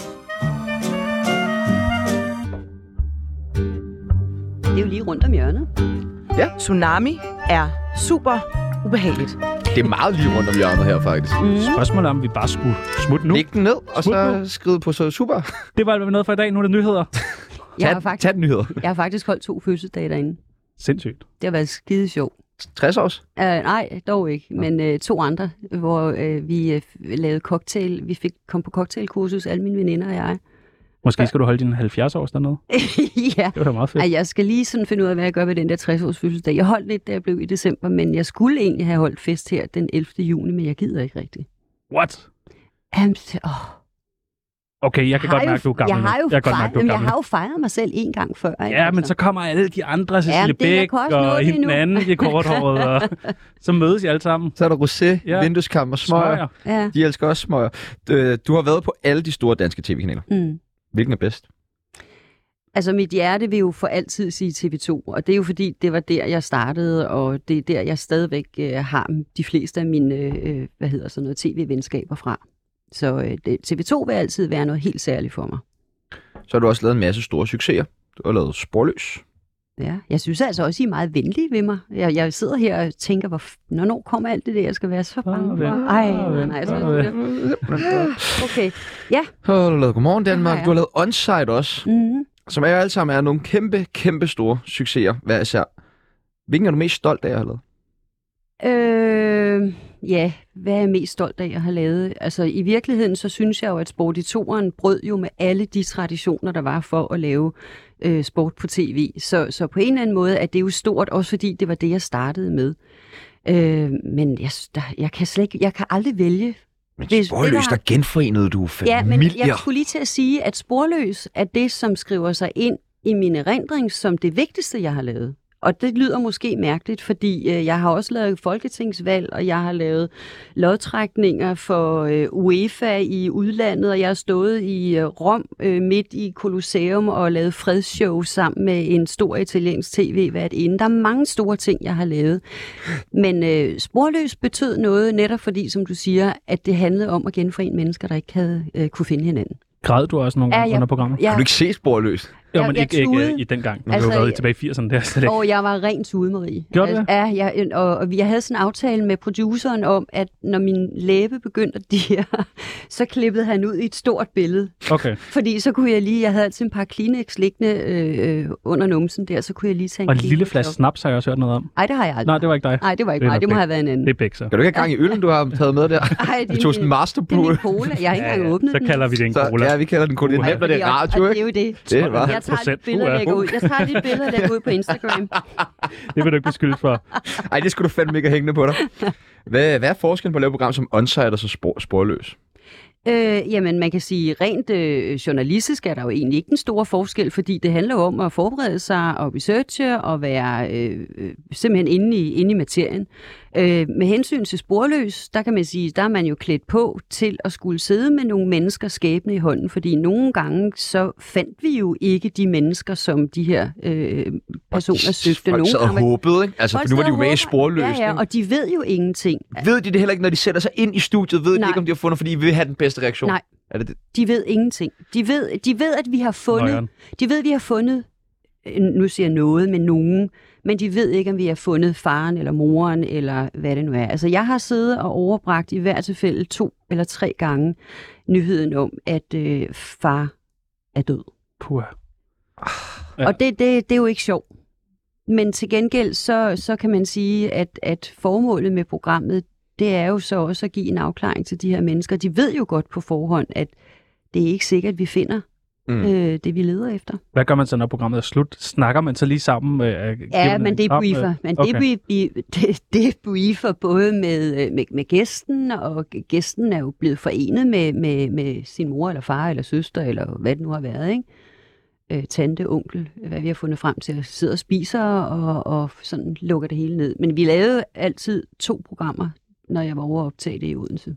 Det er jo lige rundt om hjørnet. Ja. Tsunami er super ubehageligt. Det er meget lige rundt om hjørnet her, faktisk. Spørgsmålet er, om vi bare skulle smutte nu. Læg den ned, og så skrive på så super. Det var noget for i dag. Nu er det nyheder. Tag den nyheder. Jeg har faktisk holdt 2 fødselsdage derinde. Sindssygt. Det har været skide sjovt. 60 års? Nej, dog ikke. Men 2 andre, hvor vi lavede cocktail. Vi kom på cocktailkursus, alle mine veninder og jeg. Måske skal du holde din 70-års dernede. Ja. Det var da meget fedt. Jeg skal lige sådan finde ud af, hvad jeg gør ved den der 60-års fødselsdag. Jeg holdt lidt, da jeg blev i december, men jeg skulle egentlig have holdt fest her den 11. juni, men jeg gider ikke rigtigt. What? Okay, jeg kan godt mærke, du er gammel. Jeg har jo fejret mig selv 1 gang før. Ikke? Ja, men så kommer alle de andre, Cecilie Bæk og den anden i korthåret, og så mødes I alle sammen. Så er der rosé, vindueskammer, smøger. Ja. De elsker også smøger. Du har været på alle de store danske tv-kanaler. Hvilken er bedst? Altså, mit hjerte vil jo for altid sige TV2, og det er jo fordi, det var der, jeg startede, og det er der, jeg stadigvæk har de fleste af mine, tv-venskaber fra. Så TV2 vil altid være noget helt særligt for mig. Så har du også lavet en masse store succeser. Du har lavet Sporløs. Ja, jeg synes altså også, I er meget venlige ved mig. Jeg sidder her og tænker, hvornår kommer alt det der, jeg skal være så bange for? Okay, ja. Så har du lavet Godmorgen Danmark. Du har lavet Onsite også, som alle sammen er nogle kæmpe store succeser hver især. Hvilken er du mest stolt af, at have lavet? Ja, hvad er jeg mest stolt af, at have lavet? Altså, i virkeligheden, så synes jeg jo, at Sport i Toeren brød jo med alle de traditioner, der var for at lave sport på tv. Så på en eller anden måde er det jo stort, også fordi det var det, jeg startede med. Men jeg kan aldrig vælge. Men Sporløs, der genforenede du familier. Ja, men jeg skulle lige til at sige, at Sporløs er det, som skriver sig ind i min erindring som det vigtigste, jeg har lavet. Og det lyder måske mærkeligt, fordi jeg har også lavet folketingsvalg, og jeg har lavet lodtrækninger for UEFA i udlandet, og jeg har stået i Rom midt i Colosseum og lavet fredsshow sammen med en stor italiensk tv-vært inde. Der er mange store ting, jeg har lavet. Men Sporløs betød noget, netop fordi, som du siger, at det handlede om at genforene mennesker, der ikke havde kunne finde hinanden. Græd du også nogle gange under programmet? Har du ikke set Sporløs? Jo, men ikke i den gang. Nu har været tilbage i 80'erne der. Og jeg var rent tude, Marie. Gjorde du det? Ja, og jeg havde sådan en aftale med produceren om, at når min læbe begyndte at dirre, så klippede han ud i et stort billede. Okay. Fordi så kunne jeg havde altid en par Kleenex liggende under numsen der, så kunne jeg lige tage en og en lille flaske snaps har jeg også hørt noget om. Nej, det har jeg aldrig. Nej, det var ikke dig. Nej, det var ikke mig. Det må have været en anden. Det er begge så. Kan du ikke have gang i øllen, du har taget med der? Nej, det er en masterbrew. Det er min cola. Jeg har ikke engang åbnet den. Så kalder vi det en cola. Ja, vi kalder den cola. Det er nemt, når det er radio, ikke? Det er jo det. Jeg tager et billede, der går ud på Instagram. Det vil du ikke beskyldes for. Ej, det skulle du fandme ikke have hængende på dig. Hvad er forskellen på at lave et program som Onsite og så Sporløs? Jamen, man kan sige, rent journalistisk er der jo egentlig ikke den store forskel, fordi det handler jo om at forberede sig og researche og være simpelthen inde i materien. Med hensyn til Sporløs, der kan man sige, der er man jo klædt på til at skulle sidde med nogle menneskers skæbne i hånden, fordi nogle gange så fandt vi jo ikke de mennesker, som de her personer søgte. Folk sad og håbede, ikke? Altså, for nu var de jo med i Sporløs. Ja, og de ved jo ingenting. Ved de det heller ikke, når de sætter sig ind i studiet? Ved de ikke, om de har fundet, fordi vi vil have den bedste reaktion? Nej, er det? De ved ingenting. De ved, at vi har fundet... De ved, at vi har fundet... Nu siger jeg noget med nogen, men de ved ikke, om vi har fundet faren eller moren, eller hvad det nu er. Altså, jeg har siddet og overbragt i hvert tilfælde 2 eller 3 gange nyheden om, at far er død. Puh. Ja. Og det er jo ikke sjovt. Men til gengæld, så kan man sige, at formålet med programmet, det er jo så også at give en afklaring til de her mennesker. De ved jo godt på forhånd, at det er ikke sikkert, at vi finder det, vi leder efter. Hvad gør man så, når programmet er slut? Snakker man så lige sammen? Ja, men det briefer. Men okay. det briefer både med gæsten, og gæsten er jo blevet forenet med sin mor eller far eller søster, eller hvad det nu har været, ikke? Tante, onkel, hvad vi har fundet frem til at sidde og spiser, og sådan lukker det hele ned. Men vi lavede altid 2 programmer, når jeg var over at optage det i Odense.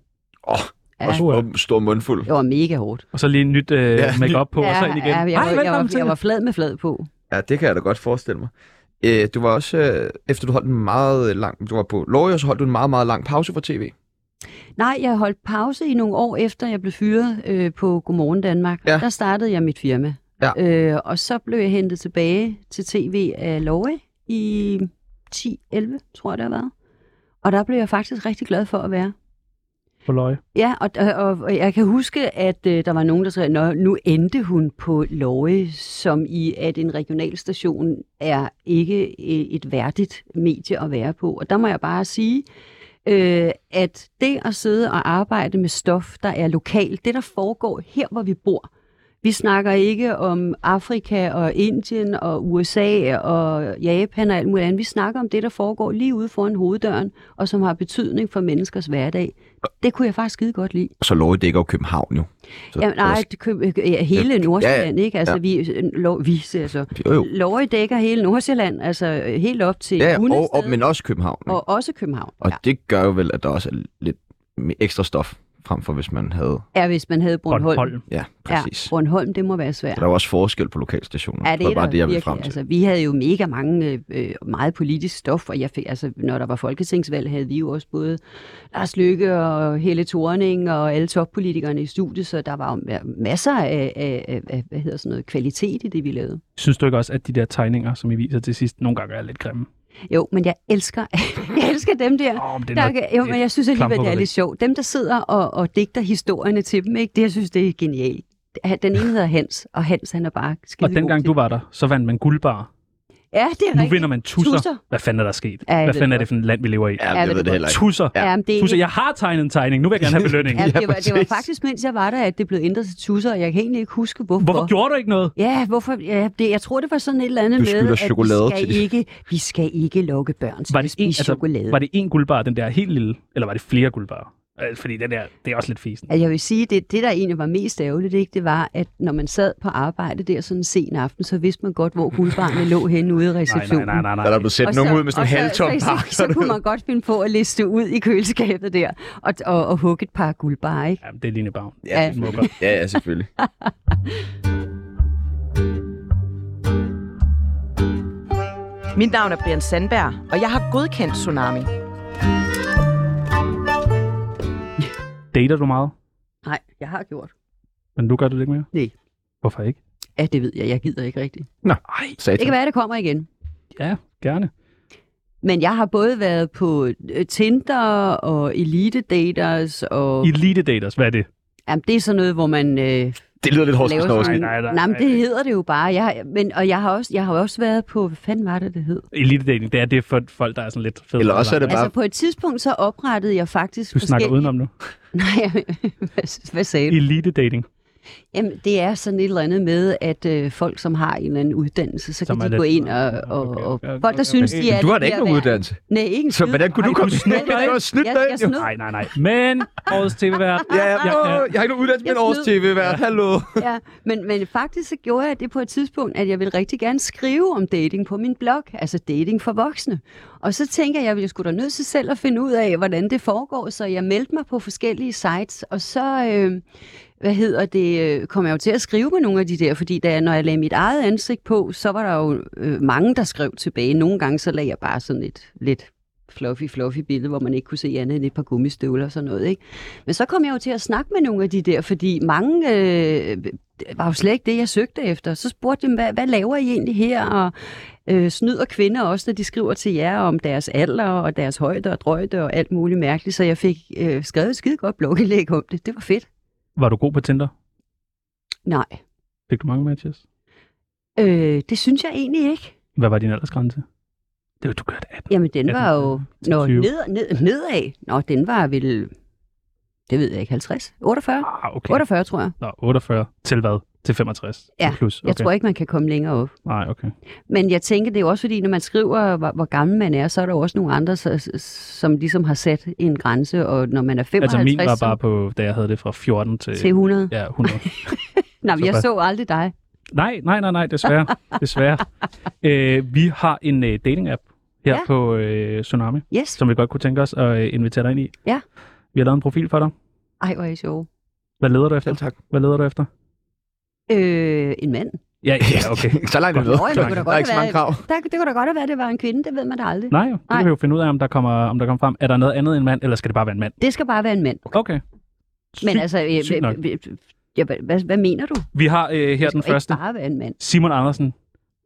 Og stor mundfuld. Det var mega hårdt. Og så lige en nyt make-up på, og så ind igen. Jeg var flad med flad på. Ja, det kan jeg da godt forestille mig. Du var også, efter du holdt en meget lang... Du var på Lorry, og så holdt du en meget, meget lang pause fra tv. Nej, jeg holdt pause i nogle år efter, jeg blev fyret på Godmorgen Danmark. Ja. Der startede jeg mit firma. Ja. Og så blev jeg hentet tilbage til tv af Lorry i 10-11, tror jeg det har været. Og der blev jeg faktisk rigtig glad for at være. På Løje. Ja, og jeg kan huske, at der var nogen, der sagde, nu endte hun på Lorry, som i, at en regionalstation er ikke et værdigt medie at være på. Og der må jeg bare sige, at det at sidde og arbejde med stof, der er lokalt, det der foregår her, hvor vi bor. Vi snakker ikke om Afrika og Indien og USA og Japan og alt muligt andet. Vi snakker om det, der foregår lige ude foran hoveddøren, og som har betydning for menneskers hverdag. Det kunne jeg faktisk skide godt lide. Og så Lorry dækker jo København jo. Så ja, nej, hele Nordsjælland, ikke? Altså, ja. Lorry dækker hele Nordsjælland, altså helt op til Hundested. Men også København. Ikke? Og også København, Og det gør jo vel, at der også er lidt ekstra stof, frem for hvis man havde... Ja, hvis man havde Bornholm. Ja, præcis. Ja, Bornholm, det må være svært. Så der er også forskel på lokalstationer. Ja, det er bare det, jeg vil virkelig. frem til. Altså, vi havde jo mega mange, meget politisk stof, og jeg fik, altså, når der var folketingsvalg, havde vi jo også både Lars Løkke og Helle Thorning og alle toppolitikerne i studiet, så der var jo masser af hvad hedder sådan noget, kvalitet i det, vi lavede. Synes du ikke også, at de der tegninger, som I viser til sidst, nogle gange er lidt grimme? Jo, men jeg elsker dem der. Men jeg synes alligevel, det er lidt sjovt. Dem, der sidder og digter historierne til dem, ikke? Det, jeg synes, det er genialt. Den ene hedder Hans, og Hans, han er bare skide. Og dengang du var der, så vandt man guldbar. Ja, det er rigtigt. Nu vinder man tusser. Hvad fanden er der sket? Ja, hvad fanden er det for et land, vi lever i? Ja, jeg ved det heller ikke. Tusser. Ja, Tusser. Jeg har tegnet en tegning. Nu vil jeg gerne have belønning. Ja, det var faktisk, mens jeg var der, at det blev ændret til tusser, og jeg kan egentlig ikke huske, hvorfor. Hvorfor gjorde du ikke noget? Ja, hvorfor? Ja, jeg tror, det var sådan et eller andet med, at vi skal ikke lukke børn til at spise chokolade. Var det en guldbar, den der helt lille, eller var det flere guldbarer? Fordi det er også lidt fesen. Altså, jeg vil sige, det der egentlig var mest ærgerligt, ikke, det var, at når man sad på arbejde der sådan en sen aften, så vidste man godt, hvor guldbarne lå henne ude i receptionen. Nej. Der er blevet sæt nogen ud med sådan en halvtom pakke. Så kunne man godt finde på at liste ud i køleskabet der, og hugge et par guldbar, ikke? Jamen, det er Line Bavn. Ja, selvfølgelig. Mit navn er Brian Sandberg, og jeg har godkendt Tsunami. Dater du meget? Nej, jeg har gjort. Men nu gør du det ikke mere? Nej. Hvorfor ikke? Ja, det ved jeg. Jeg gider ikke rigtigt. Nej, det kan være, det kommer igen. Ja, gerne. Men jeg har både været på Tinder og Elite Daters og... Elite Daters, hvad er det? Jamen, det er sådan noget, hvor man... det lyder lidt hårdt. Nej, men det hedder det jo bare. Jeg har også været på... Hvad fanden var det hed? Elite dating, det er for folk, der er sådan lidt fede. Eller også er det bare... Altså, på et tidspunkt, så oprettede jeg faktisk... Du snakker udenom nu. Nej, hvad sagde du? Elite dating. Jamen, det er sådan et eller andet med, at folk, som har en eller anden uddannelse, så kan de gå ind og folk, der synes, de er... Du har da ikke nogen uddannelse. Nej, ikke. Så hvordan kunne du komme snydt dig? Nej. Men årets tv-vært. Jeg har ikke nogen uddannelse, men årets tv-vært. Hallo. Ja, men faktisk så gjorde jeg det på et tidspunkt, at jeg ville rigtig gerne skrive om dating på min blog, altså dating for voksne. Og så tænker jeg, at jeg skulle da nødt til selv at finde ud af, hvordan det foregår, så jeg meldte mig på forskellige sites, og så... kom jeg jo til at skrive med nogle af de der, fordi når jeg lagde mit eget ansigt på, så var der jo mange, der skrev tilbage. Nogle gange så lagde jeg bare sådan et lidt fluffy billede, hvor man ikke kunne se andet end et par gummistøvler og sådan noget, ikke? Men så kom jeg jo til at snakke med nogle af de der, fordi mange var jo slet ikke det, jeg søgte efter. Så spurgte jeg dem, hvad laver I egentlig her? Og snyder kvinder også, når de skriver til jer om deres alder og deres højde og drøjde og alt muligt mærkeligt. Så jeg fik skrevet et skide godt blogindlæg om det. Det var fedt. Var du god på Tinder? Nej. Fik du mange matches? Det synes jeg egentlig ikke. Hvad var din aldersgrænse? Det du gjorde 18. Jamen, den var jo nedad. Nå, den var vel, det ved jeg ikke, 50? 48? Okay. 48, tror jeg. Nå, 48 til hvad? Til 65? Ja, til plus. Okay. Jeg tror ikke, man kan komme længere op. Nej, okay. Men jeg tænker, det er jo også fordi, når man skriver, hvor gammel man er, så er der også nogle andre, som ligesom har sat en grænse, og når man er 55... Altså min var bare på, da jeg havde det fra 14 til 100? Ja, 100. Nej, men jeg så aldrig dig. Nej, desværre. Vi har en dating-app her på Tsunami, som vi godt kunne tænke os at invitere dig ind i. Ja. Vi har lavet en profil for dig. Ej, hvor er I sjov. Hvad leder du efter? Tak. Hvad leder du efter? En mand. Ja, okay. Så langt er det. Nå, det kunne da Der er godt ikke så mange krav. det kunne da godt have været, at det var en kvinde. Det ved man da aldrig. Nej, det kan vi jo finde ud af, om der kommer frem. Er der noget andet end mand, eller skal det bare være en mand? Det skal bare være en mand. Okay. Men altså, hvad mener du? Vi har her den første. Det skal bare være en mand. Simon Andersen,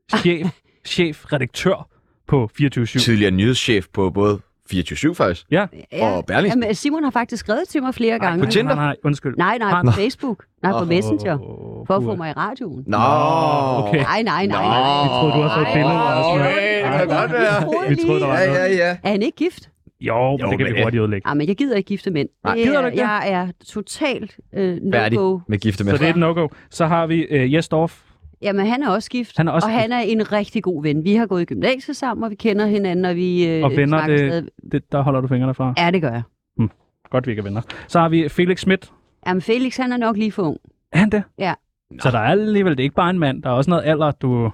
chefredaktør på 24/7. Tidligere nyhedschef på både 24/7 faktisk. Ja. Og Berlingske. Jamen, Simon har faktisk skrevet til mig flere gange. På Tinder? Nej, undskyld. Nej, på Facebook. Nej, på Messenger. For at få mig i radioen. Nå, okay. Nej. Vi troede, du havde fået billeder og sådan noget. Det kan godt være. Vi troede, der var noget. Ja. Er han ikke gift? Jo, men det kan vi hurtigt udlægge. Ja, men jeg gider ikke gifte mænd. Gider du ikke det? Jeg er totalt Færdig no-go. med gifte mænd. Så det er et no-go. Så har vi Jes Dorf. Jamen, han er også gift, Han er også og gift. han er en rigtig god ven. Vi har gået i gymnasiet sammen, og vi kender hinanden, og vi Og venner, snakker stadig. der holder du fingrene fra. Ja, det gør jeg. Godt, vi ikke er venner. Så har vi Felix Schmidt. Jamen, Felix, han er nok lige for ung. Er han det? Ja. Så der er alligevel, det er ikke bare en mand, der er også noget alder, du...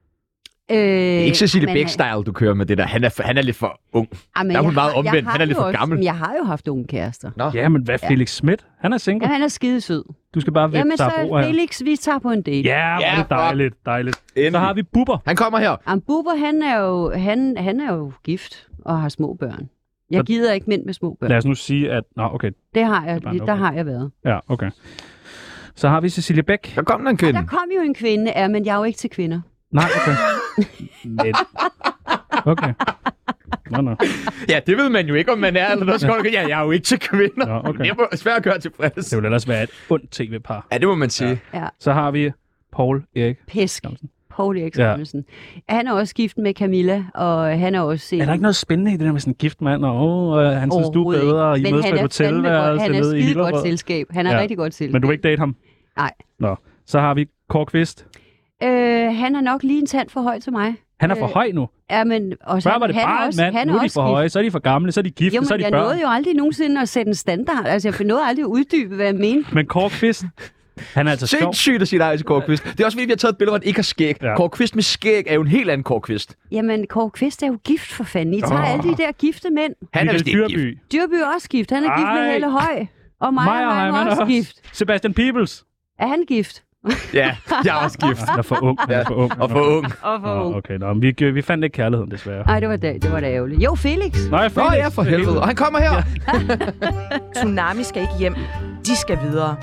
Ikke Cecilie men- Bæk-style, du kører med det der. Han er lidt for ung. Jamen, Der er hun jeg meget har- omvendt. jeg Han er har lidt jo for gammel. Jeg har jo haft unge kærester. Nå. Ja, men hvad Felix Schmidt? Han er single. Ja, han er skidesød. Du skal bare vente, Jamen, der er så brug af. Felix, vi tager på en date. Ja, hvor er det dejligt. Så har vi Bubber. Han kommer her. Jamen, Bubber, han er jo gift og har små børn. Jeg gider ikke mænd med små børn. Lad os nu sige, at... Nå, okay. Det har jeg, bare en der har jeg været. Ja, okay. Så har vi Cecilie Bæk. Der kom der en kvinde. Der kom jo en kvinde, men jeg er jo ikke til kvinder. Nej, okay. Men... Okay. Nå. Ja, det ved man jo ikke, om man er eller noget. Ja, jeg er jo ikke til kvinder. Nå, okay. Det er svært at gøre tilfreds. Det vil ellers være et ondt tv-par. Ja, det må man sige. Ja. Så har vi Paul Erik. Pisk. Thomsen. Paul Erik Thomsen. Han er også gift med Camilla, og han er også... Er der ikke noget spændende i det der med sådan en gift mand, og han synes, du er Overhovedet bedre, og I Men mødes på han et er hotelværelse han er nede i skide godt Hillerød? selskab. Han er rigtig godt selskab. Men du vil ikke date ham? Nej. Nå. Så har vi Kåre Kvist. Han er nok lige en tand for høj til mig. Han er for høj nu. Ja, men også, Før var det bare en mand, nu er de for høje, så er de for gamle, så er de gift, jo, så er de jeg børn. nåede jo aldrig nogensinde at sætte en standard. Altså, jeg nåede aldrig at uddybe, hvad jeg mente. Men Kåre Kvist, han er altså sjov. Sindssygt at sige nej til Kåre Kvist. Det er også fordi, vi har taget et billede, hvor han ikke har skæg. Ja. Kåre Kvist med skæg er jo en helt anden Kåre Kvist. Jamen, Kåre Kvist er jo gift for fanden. I tager alle de der gifte mænd. Han er vist ikke gift. Dyrby. Dyrby er også gift. Han er gift med Ej. Helle Høj. Og mig og han er også gift. Sebastian Peebles. Er han gift? Ja, jeg er også gift. Han er for ung. Han er for ung. Og for ung. Og for ung. Okay, nå, men vi fandt ikke kærligheden, desværre. Nej, det var da ærgerligt. Jo, Felix. Nej, Nå ja, for helvede. Og han kommer her. Tsunami skal ikke hjem. De skal videre.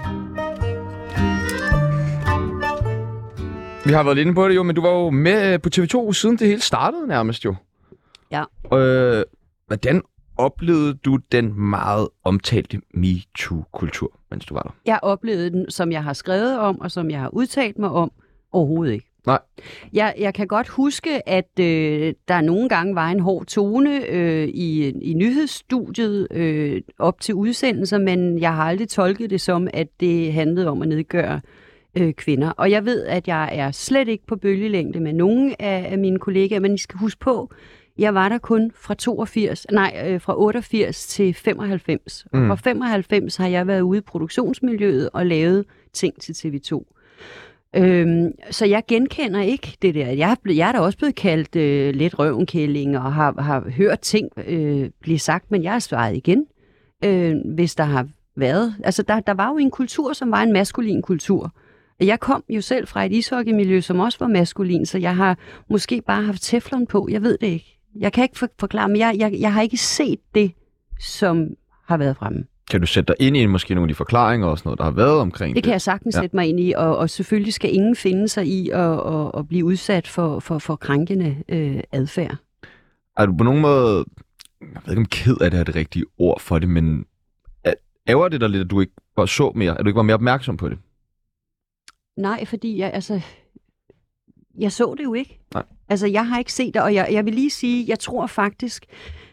Vi har været lidt inde på det jo, men du var jo med på TV2 siden det hele startede nærmest jo. Ja. Hvordan oplevede du den meget omtalte MeToo-kultur, mens du var der? Jeg oplevede den, som jeg har skrevet om, og som jeg har udtalt mig om, overhovedet ikke. Nej. Jeg kan godt huske, at der nogle gange var en hård tone i nyhedsstudiet op til udsendelser, men jeg har aldrig tolket det som, at det handlede om at nedgøre kvinder. Og jeg ved, at jeg er slet ikke på bølgelængde med nogen af mine kollegaer, men I skal huske på, jeg var der kun fra 88 til 95. Og fra 95 har jeg været ude i produktionsmiljøet og lavet ting til TV2. Så jeg genkender ikke det der. Jeg er da også blevet kaldt lidt røvenkælling og har hørt ting blive sagt, men jeg har svaret igen, hvis der har været. Altså, der var jo en kultur, som var en maskulin kultur. Jeg kom jo selv fra et ishockeymiljø, som også var maskulin, så jeg har måske bare haft teflon på. Jeg ved det ikke. Jeg kan ikke forklare, men jeg har ikke set det, som har været fremme. Kan du sætte dig ind i måske nogle af de forklaringer og sådan noget, der har været omkring det? Kan jeg sagtens sætte mig ind i, og selvfølgelig skal ingen finde sig i at blive udsat for krænkende adfærd. Er du på nogen måde, jeg ved ikke om ked af det er det rigtige ord for det, men ærger det dig lidt, at du ikke var så mere, at du ikke var mere opmærksom på det? Nej, fordi jeg så det jo ikke. Nej. Altså, jeg har ikke set det, og jeg vil lige sige, jeg tror faktisk,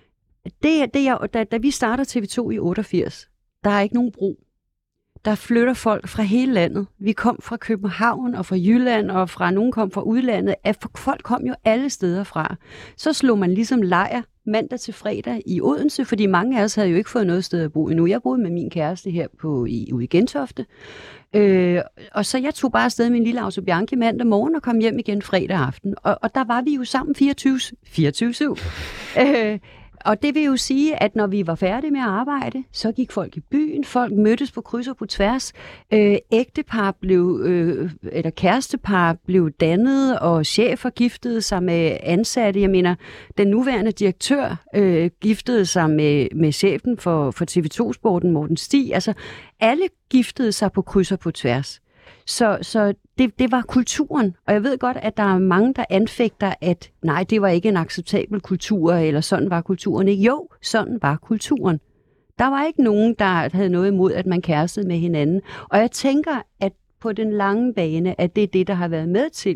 da vi starter TV2 i 88, der er ikke nogen bro. Der flytter folk fra hele landet. Vi kom fra København og fra Jylland, og nogen kom fra udlandet. Folk kom jo alle steder fra. Så slog man ligesom lejr mandag til fredag i Odense, fordi mange af os havde jo ikke fået noget sted at bo endnu. Jeg boede med min kæreste her ude i Gentofte. Og så jeg tog bare afsted med min lille Auto Bianchi mandag morgen og kom hjem igen fredag aften. Og der var vi jo sammen 24/7. Og det vil jo sige, at når vi var færdige med at arbejde, så gik folk i byen, folk mødtes på kryds og på tværs, ægtepar eller kærestepar blev dannet, og chefer giftede sig med ansatte. Jeg mener, den nuværende direktør giftede sig med chefen for TV2-sporten, Morten Stig. Altså, alle giftede sig på kryds og på tværs. Så det var kulturen, og jeg ved godt, at der er mange, der anfægter, at nej, det var ikke en acceptabel kultur, eller sådan var kulturen ikke. Jo, sådan var kulturen. Der var ikke nogen, der havde noget imod, at man kærestede med hinanden. Og jeg tænker, at på den lange bane, at det er det, der har været med til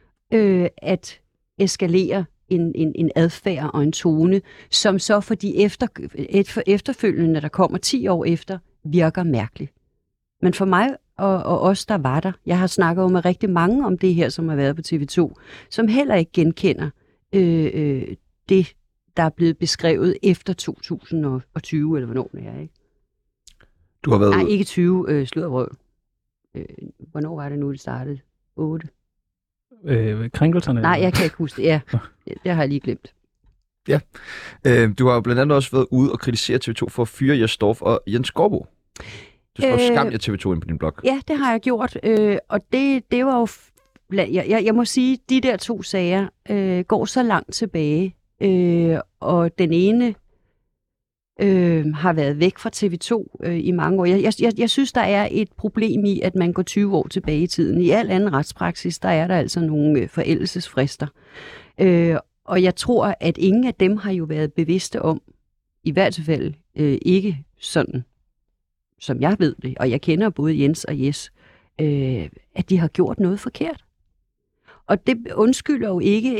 at eskalere en adfærd og en tone, som så for de efterfølgende, der kommer 10 år efter, virker mærkeligt. Men for mig og os, der var der, jeg har snakket jo med rigtig mange om det her, som har været på TV2, som heller ikke genkender det, der er blevet beskrevet efter 2020, eller hvornår det er, ikke? Du har været... Nej, ikke 20, sluddervrøv. Hvornår var det nu, det startede? 8? Krænkelserne? Nej, jeg kan ikke huske det. Ja, det har jeg lige glemt. Ja. Du har jo blandt andet også været ude og kritisere TV2 for at fyre Jes Dorph og Jens Skovbo. Du skrev skam jer TV2 ind på din blog. Ja, det har jeg gjort. Og det var jo... Jeg må sige, de der 2 sager går så langt tilbage. Og den ene har været væk fra TV2 i mange år. Jeg synes, der er et problem i, at man går 20 år tilbage i tiden. I al anden retspraksis, der er der altså nogle forældelsesfrister. Og jeg tror, at ingen af dem har jo været bevidste om, i hvert fald ikke sådan, som jeg ved det, og jeg kender både Jens og Jes, at de har gjort noget forkert. Og det undskylder jo ikke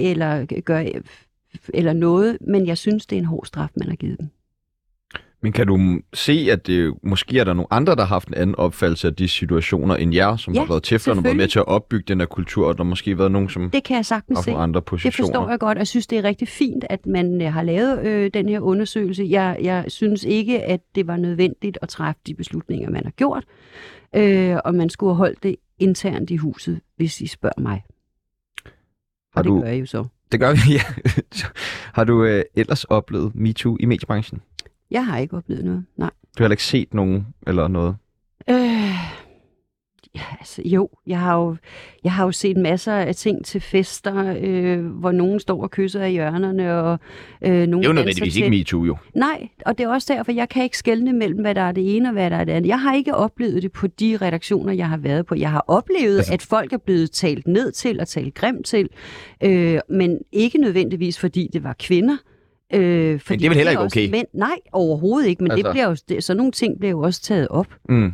eller noget, men jeg synes, det er en hård straf, man har givet dem. Men kan du se, at måske er der nogle andre, der har haft en anden opfattelse af de situationer end jer, som har været tæflerne og været med til at opbygge den der kultur, og der måske har været nogen, som det kan jeg sagtens har fået andre positioner? Det forstår jeg godt, og jeg synes, det er rigtig fint, at man har lavet den her undersøgelse. Jeg synes ikke, at det var nødvendigt at træffe de beslutninger, man har gjort, og man skulle have holdt det internt i huset, hvis I spørger mig. Og det gør jeg jo så. Det gør vi, ja. Har du ellers oplevet MeToo i mediebranchen? Jeg har ikke oplevet noget, nej. Du har heller ikke set nogen eller noget? Altså, jo, jeg har jo set masser af ting til fester, hvor nogen står og kysser af hjørnerne, og nogen det er jo nødvendigvis ikke MeToo, jo. Nej, og det er også derfor, jeg kan ikke skelne mellem, hvad der er det ene og hvad der er det andet. Jeg har ikke oplevet det på de redaktioner, jeg har været på. Jeg har oplevet, at folk er blevet talt ned til og talt grimt til, men ikke nødvendigvis, fordi det var kvinder. Fordi men det er vel heller ikke okay? Mænd. Nej, overhovedet ikke, men altså... det bliver jo, sådan nogle ting bliver jo også taget op.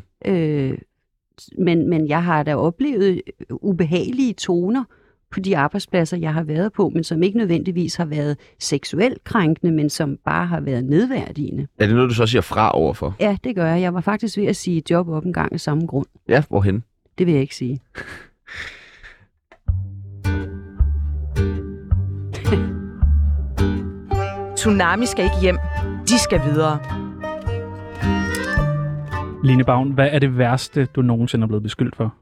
Men jeg har da oplevet ubehagelige toner på de arbejdspladser, jeg har været på, men som ikke nødvendigvis har været seksuelt krænkende, men som bare har været nedværdigende. Er det noget, du så siger fra overfor? Ja, det gør jeg. Jeg var faktisk ved at sige job op en gang af samme grund. Ja, hvorhen? Det vil jeg ikke sige. Tsunami skal ikke hjem. De skal videre. Line Bavn, hvad er det værste, du nogensinde er blevet beskyldt for?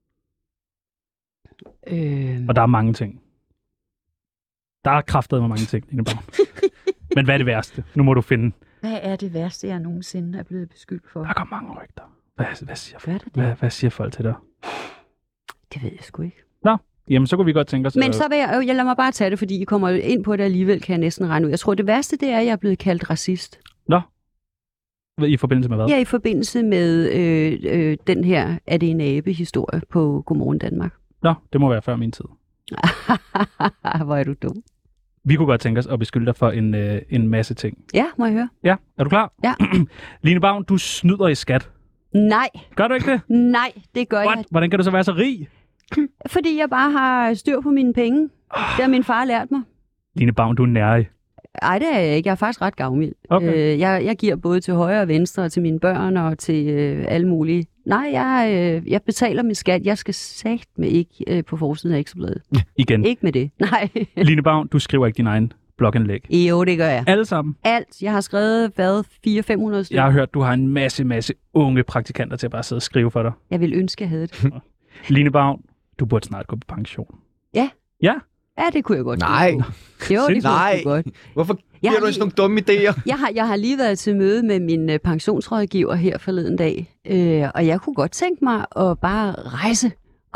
Og der er mange ting. Der er kraftedeme mange ting, Line Bavn. Men hvad er det værste? Nu må du finde. Hvad er det værste, jeg nogensinde er blevet beskyldt for? Der kommer mange rygter. Hvad siger folk? Hvad siger folk til dig? Det ved jeg sgu ikke. Nå, jamen så kunne vi godt tænke os... Men så vil jeg lader mig bare tage det, fordi I kommer ind på det alligevel, kan jeg næsten regne ud. Jeg tror, det værste, det er, at jeg er blevet kaldt racist. Nå. I forbindelse med hvad? Ja, i forbindelse med den her Er det en abe-historie på Godmorgen Danmark. Nå, det må være før min tid. Hvor er du dum. Vi kunne godt tænke os at beskylde dig for en masse ting. Ja, må jeg høre? Ja, er du klar? Ja. Line Bavn, du snyder i skat. Nej. Gør du ikke det? Nej, det gør jeg. Hvordan kan du så være så rig? Fordi jeg bare har styr på mine penge. Det har min far lært mig. Line Bavn, du er nærig. Nej, det er jeg ikke. Jeg er faktisk ret gavmild. Okay. Jeg giver både til højre og venstre, og til mine børn og til alle mulige. Nej, jeg betaler min skat. Jeg skal satme ikke på forsiden af Ekstrabladet. Igen. Ikke med det. Nej. Line Bavn, du skriver ikke din egen blogindlæg. Jo, det gør jeg. Alle sammen? Alt. Jeg har skrevet, 400-500 stykker. Jeg har hørt, du har en masse unge praktikanter til at bare sidde og skrive for dig. Jeg vil ønske, jeg havde det. Line Bavn, du burde snart gå på pension. Ja. Ja? Ja, det kunne jeg godt. Nej. Jo, det kunne jeg godt. Hvorfor giver du sådan nogle dumme idéer? Jeg har lige været til møde med min pensionsrådgiver her forleden dag, og jeg kunne godt tænke mig at bare rejse.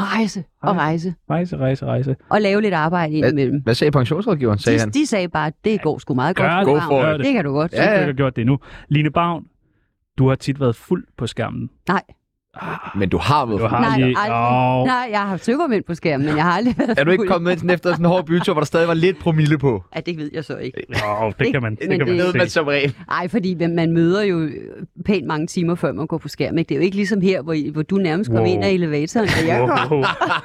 Og lave lidt arbejde indimellem. Hvad sagde pensionsrådgiveren, sagde han? De sagde bare, at det går sgu meget godt. Go for it. Det kan du godt. Ja. Du har gjort det nu. Line Bavn, du har tit været fuld på skærmen. Nej. Men du har været fuld. Nej, jeg har tømmermænd på skærmen, men jeg har aldrig været fuld. Er du ikke kommet ind efter sådan en hård bytur, hvor der stadig var lidt promille på? Ja, det ved jeg så ikke. Det kan man se. Som regel. Nej, fordi man møder jo pænt mange timer, før man går på skærmen. Det er jo ikke ligesom her, hvor du nærmest kom ind af elevatoren, da jeg kom.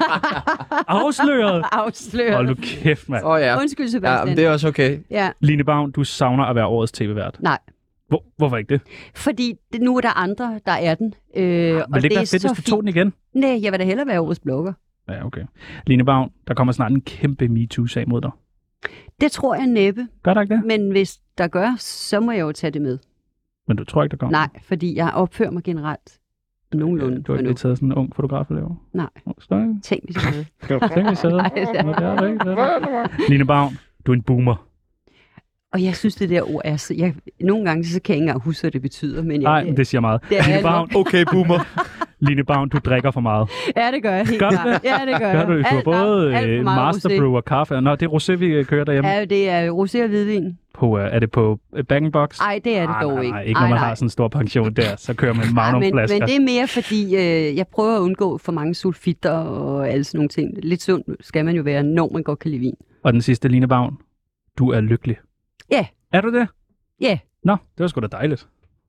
Afsløret. Hold nu kæft, mand. Undskyld, Sebastian. Ja, men det er også okay. Ja. Line Bavn, du savner at være årets tv-vært. Nej. Hvorfor ikke det? Fordi nu er der andre, der er den. Vil det ikke være fedt, hvis du tog den igen? Nej, jeg vil da hellere være årets blogger. Ja, okay. Line Bavn, der kommer snart en kæmpe MeToo-sag mod dig. Det tror jeg næppe. Gør der ikke det? Men hvis der gør, så må jeg jo tage det med. Men du tror ikke, der kommer? Nej, fordi jeg opfører mig generelt nogenlunde. Du har ikke taget sådan en ung fotograf at lave? Nej. Tænk, hvis jeg havde. Line Bavn, du er en boomer. Og jeg synes, det der ord er... nogle gange så kan jeg ikke engang huske, hvad det betyder. Men nej, det siger meget. Line Bavn, okay, boomer. Line Bavn, du drikker for meget. Ja, det gør jeg helt klart. Ja, det gør jeg. Du har både Masterbrew og kaffe. Nå, det er rosé, vi kører derhjemme. Ja, det er rosé og hvidvin. Er det på bag-in-box? Nej, det er det dog ikke. Nej, ikke når man har sådan en stor pension der, så kører man Magnum-flasker. Men det er mere, fordi jeg prøver at undgå for mange sulfitter og alle sådan nogle ting. Lidt sundt skal man jo være, når man godt kan lide vin. Og den sidste, Line Bavn, du er lykkelig. Ja. Er du det? Ja. Nå, det var sgu da dejligt.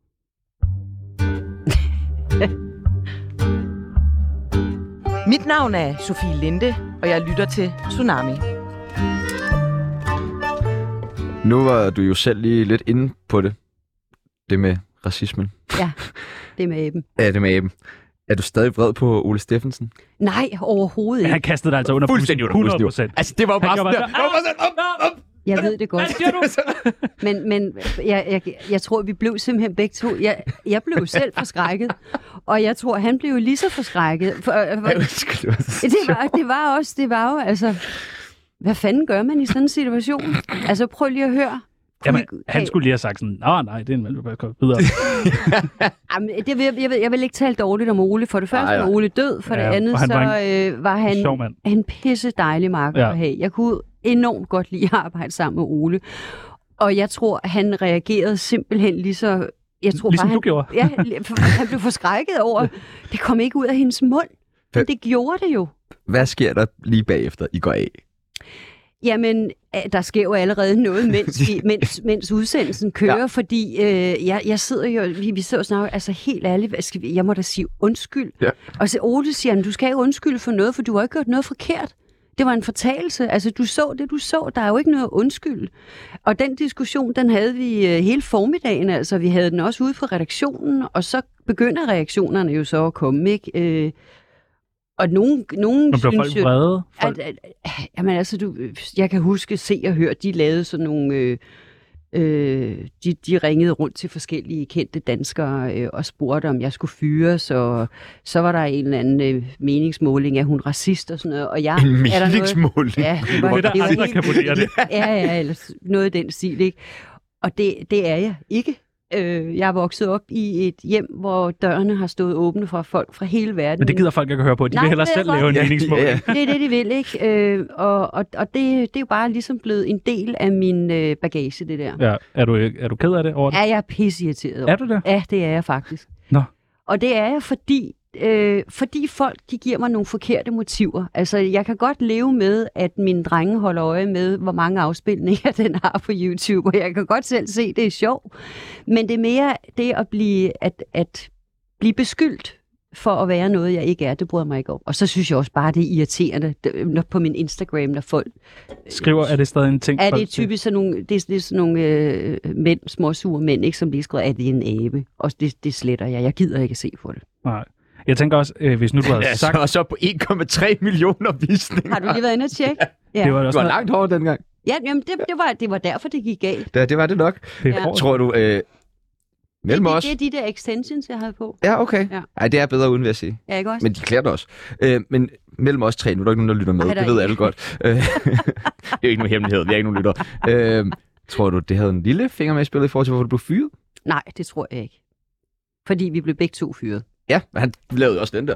Mit navn er Sofie Linde, og jeg lytter til Tsunami. Nu var du jo selv lige lidt inde på det. Det med racismen. Ja, det med Eben. Ja, det med Eben. Er du stadig vred på Ole Steffensen? Nej, overhovedet ikke. Han kastede dig altså under bussen 100%. Altså, det var bare sådan der. Jeg ved det godt. Men jeg tror, vi blev simpelthen begge to. Jeg blev selv forskrækket, og jeg tror, han blev lige så forskrækket. Det var jo altså... Hvad fanden gør man i sådan en situation? Altså, prøv lige at høre. Jamen, han skulle lige have sagt sådan, nej, det er en valg, videre. Jamen, jeg vil ikke tale dårligt om Ole. For det første var Ole død, for det andet så var han en pisse dejlig marker at have. Jeg kunne enormt godt lide at arbejde sammen med Ole. Og jeg tror, han reagerede simpelthen lige så... Jeg tror ligesom bare, du gjorde. Ja, han blev forskrækket over, det kom ikke ud af hendes mund. Men det gjorde det jo. Hvad sker der lige bagefter, I går af? Jamen, der sker jo allerede noget, mens udsendelsen kører, fordi jeg sidder jo, vi sidder jo snart, altså helt ærligt, jeg må da sige undskyld. Ja. Og så Ole siger, du skal ikke undskylde for noget, for du har ikke gjort noget forkert. Det var en fortalelse. Altså, du så det, du så. Der er jo ikke noget undskyld. Og den diskussion, den havde vi hele formiddagen. Altså, vi havde den også ude på redaktionen, og så begynder reaktionerne jo så at komme, ikke? Og nogen synes jo... Jamen altså, jeg kan huske, Se og Hør, de lavede sådan nogle... De ringede rundt til forskellige kendte danskere og spurgte, om jeg skulle fyres, og så var der en eller anden meningsmåling, at hun er racist og sådan noget. Og jeg, en meningsmåling? Ja, det var andre kan vurdere det. Ja, eller noget i den stil, ikke? Og det er jeg ikke. Jeg er vokset op i et hjem, hvor dørene har stået åbne for folk fra hele verden. Men det gider folk ikke at høre på. De vil hellere selv lave en meningsmåling. Det er det, de vil, ikke? Og det er jo bare ligesom blevet en del af min bagage, det der. Ja. Er du ked af det over det? Ja, jeg er pisseirriteret over. Er du det? Ja, det er jeg faktisk. Nå. Og det er jeg, fordi folk de giver mig nogle forkerte motiver. Altså, jeg kan godt leve med, at mine drenge holder øje med, hvor mange afspilninger den har på YouTube, og jeg kan godt selv se, at det er sjovt. Men det er mere det at blive beskyldt for at være noget, jeg ikke er. Det bryder mig ikke om. Og så synes jeg også bare, det er irriterende på min Instagram, når folk... Skriver, er det stadig en ting? Er det typisk sådan nogle, det er sådan nogle mænd, småsure mænd, ikke, som lige skriver, at det er en abe. Og det sletter jeg. Jeg gider ikke se på det. Nej. Jeg tænker også, hvis nu du havde sagt... Og så på 1,3 millioner visninger. Har du lige været inde og tjekke? Ja. Det var du var langt hårdt dengang. Ja, jamen det var derfor, det gik galt. Det var det nok. Tror du... Mellem os. Det er de der extensions, jeg havde på. Ja, okay. Ja. Ej, det er bedre uden, vil jeg sige. Ja, ikke også? Men de klæder det også. Men mellem os tre, nu er der ikke nogen, der lytter med. Det ved alle godt. Det er jo ikke nogen hemmelighed. Vi er ikke nogen lytter. Tror du, det havde en lille finger med i spillet i forhold til, hvorfor du blev fyret? Nej, det tror jeg ikke. Fordi vi blev begge to fyret. Ja, men han lavede også den der.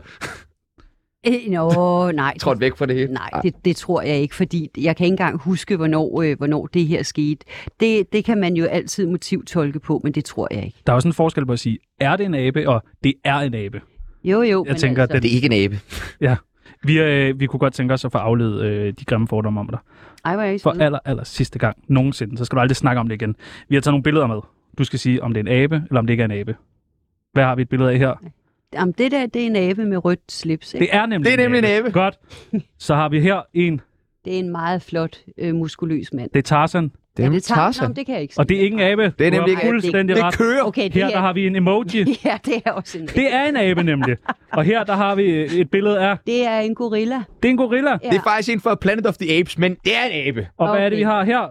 Nej. Trådt væk fra det hele? Nej, det tror jeg ikke, fordi jeg kan ikke engang huske, hvornår det her skete. Det kan man jo altid motivtolke på, men det tror jeg ikke. Der er også en forskel på at sige, er det en abe, og det er en abe. Jo, jeg tænker, altså... Det er ikke en abe. Ja, vi kunne godt tænke os at få afledt de grimme fordomme om dig. Ej, hvor er I for aller sidste gang nogensinde, så skal du aldrig snakke om det igen. Vi har taget nogle billeder med. Du skal sige, om det er en abe, eller om det ikke er en abe. Hvad har vi et billede af her? Jamen, det der, det er en abe med rødt slips, ikke? Det er nemlig en abe. Godt. Så har vi her en... Det er en meget flot, muskuløs mand. Det er Tarzan. Det er Tarzan. Nå, det kan jeg ikke sige. Og det er ikke en abe. Det er nemlig ikke fuldstændig det ret. kører. Okay, her der har vi en emoji. Ja, det er også en abe. Det er en abe nemlig. Og her der har vi et billede af... Det er en gorilla. Det er en gorilla. Ja. Det er faktisk en fra Planet of the Apes, men det er en abe. Og hvad er det, vi har her?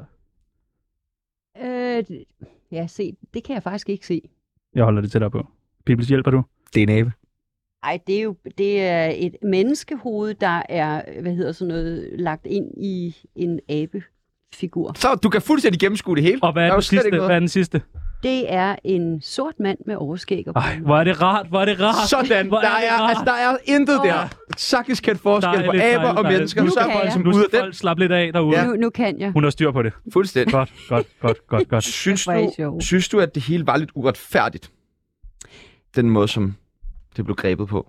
Ja, se, det kan jeg faktisk ikke se. Jeg holder det tættere på. Pibels, hjælper du? Det er en abe. Ej, det er et menneskehoved, der er, lagt ind i en abefigur. Så du kan fuldstændig gennemskue det hele. Og hvad er, den sidste? Det er en sort mand med overskæg. Ej, hvor er det rart, Sådan, der er intet der. Sagtens kendt forskel på aber og mennesker. Nu skal folk slappe lidt af derude. Ja. Nu kan jeg. Hun har styr på det. Fuldstændig. Godt. Synes du, at det hele var lidt uretfærdigt? Den måde, som det blev grebet på?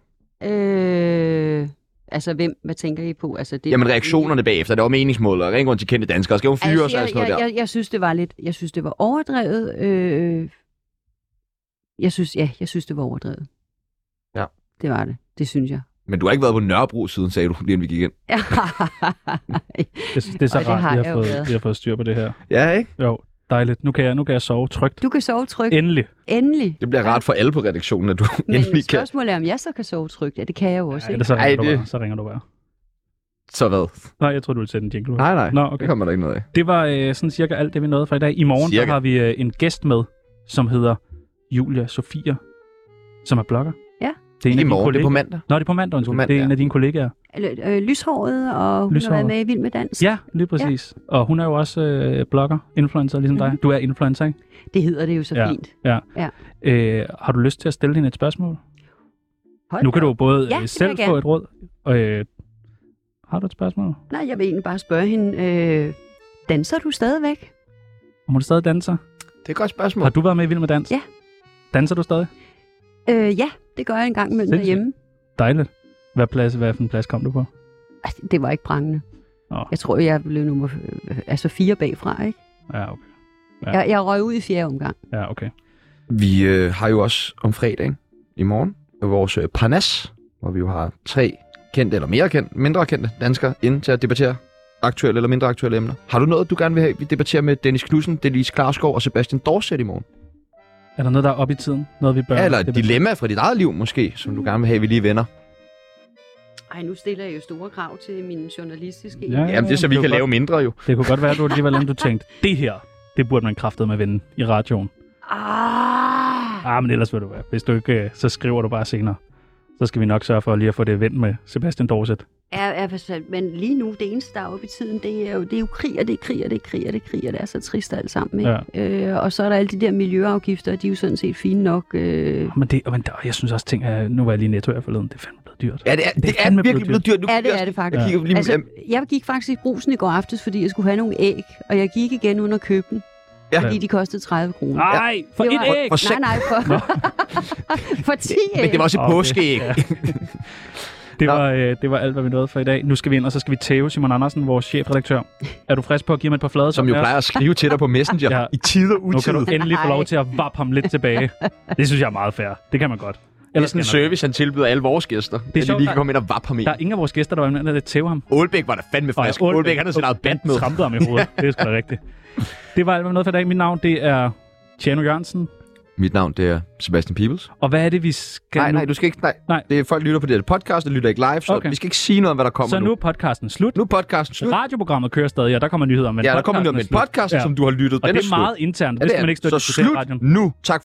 Altså, hvad tænker I på? Altså, det jamen, reaktionerne bagefter. Det var meningsmål og ring rundt til kendte danskere. Skal hun fyre os og sådan noget der? Jeg synes, det var lidt... Jeg synes, det var overdrevet. Jeg synes, det var overdrevet. Ja. Det var det. Det synes jeg. Men du har ikke været på Nørrebro siden, sagde du, lige inden vi gik ind. det er så rart, vi har fået styr på det her. Ja, ikke? Jo, dejligt. Nu kan jeg sove trygt. Du kan sove trygt. Endelig. Det bliver rart for alle på redaktionen, at du endelig kan. Spørgsmålet er, om jeg så kan sove trygt. Ja, det kan jeg jo også. Ja, så ringer du bare. Så hvad? Nej, jeg tror du ville sætte en jingle. Nej. Nå, okay. Det kommer der ikke noget af. Det var sådan cirka alt det, vi nåede for i dag. I morgen der har vi en gæst med, som hedder Julia Sofia, som er blogger. Ja. Det er i morgen, det er på mandag. Nå, det er på mandag. Det er en af dine kollegaer. Lyshåret, og hun har været med i Vild med Dans. Ja, lige præcis. Ja. Og hun er jo også blogger, influencer, ligesom dig. Du er influencer, ikke? Det hedder det jo så fint. Ja. Har du lyst til at stille hende et spørgsmål? Nu kan du både selv få et råd. Har du et spørgsmål? Nej, jeg vil egentlig bare spørge hende, danser du stadigvæk? Om du stadig danser? Det er et godt spørgsmål. Har du været med i Vild med Dans? Ja. Danser du stadig? Ja, det gør jeg en gang imellem derhjemme. Dejligt. Hvad for en plads kom du på? Det var ikke prangende. Jeg tror, jeg blev nummer 4 bagfra, ikke? Ja, okay. Ja. Jeg røg ud i 4. omgang. Ja, okay. Vi har jo også om fredag i morgen vores Parnas, hvor vi jo har 3 kendte eller mindre kendte danskere inde til at debattere aktuelle eller mindre aktuelle emner. Har du noget, du gerne vil have, vi debatterer med Dennis Knudsen, Denise Klarskov og Sebastian Dorset i morgen? Er der noget, der er op i tiden? Noget, vi bør... Ja, eller et dilemma fra dit eget liv måske, som du gerne vil have, vi lige vender? Ej, nu stiller jeg jo store krav til mine journalistiske... Jamen, det er så, vi kan lave mindre jo. Det kunne godt være, at du alligevel tænkte, det her, det burde man kraftedeme med vende i radioen. Men ellers vil du være. Hvis du ikke, så skriver du bare senere. Så skal vi nok sørge for lige at få det vendt med Sebastian Dorset. Ja, men lige nu, det eneste, der er oppe i tiden, det er jo krig, og det er krig, og det er krig, og det er krig, og det er så trist alt sammen. Ikke? Ja. Og så er der alle de der miljøafgifter, de er jo sådan set fine nok. Men jeg synes også, ting er, nu var jeg lige netto her forleden, det er fandme blevet dyrt. Ja, det er virkelig blevet dyrt. Ja, det er det faktisk. Ja. Altså, jeg gik faktisk i Brugsen i går aftes, fordi jeg skulle have nogle æg, og jeg gik igen uden at købe dem. Ja. Fordi de kostede 30 kroner. Nej, for et æg? Nej, for 10 æg. Men det var også et påskeæg. Ja. Det var alt, hvad vi nåede for i dag. Nu skal vi ind, og så skal vi tæve Simon Andersen, vores chefredaktør. Er du frisk på at give mig et par flade? Som jo plejer at skrive til dig på Messenger i tid og utid. Nu kan du endelig få lov til at vappe ham lidt tilbage. Det synes jeg er meget fair. Det kan man godt. Det er sådan en service, han tilbyder alle vores gæster. Det er sjovt, lige kan komme ind og vappe ham i. Der er ingen af vores gæster, der var inde og tæve ham. Ålbæk var da fandme frisk. Ålbæk, han har sit eget band med. Trampede ham i hovedet. Det er sgu da rigtigt. Det var alt, hvad vi nåede for i dag. Mit navn, det er Tjano Jørgensen. Mit navn, det er Sebastian Peebles. Og hvad er det, vi skal Nej, du skal ikke... Nej. Det er folk lytter på det her podcast, og lytter ikke live, så vi skal ikke sige noget om, hvad der kommer nu. Så nu er podcasten slut. Radioprogrammet kører stadig, og der kommer nyheder. Men der kommer nyheder med en podcast, som du har lyttet. Og det er meget internt. Det skal man ikke støtte så slut nu. Tak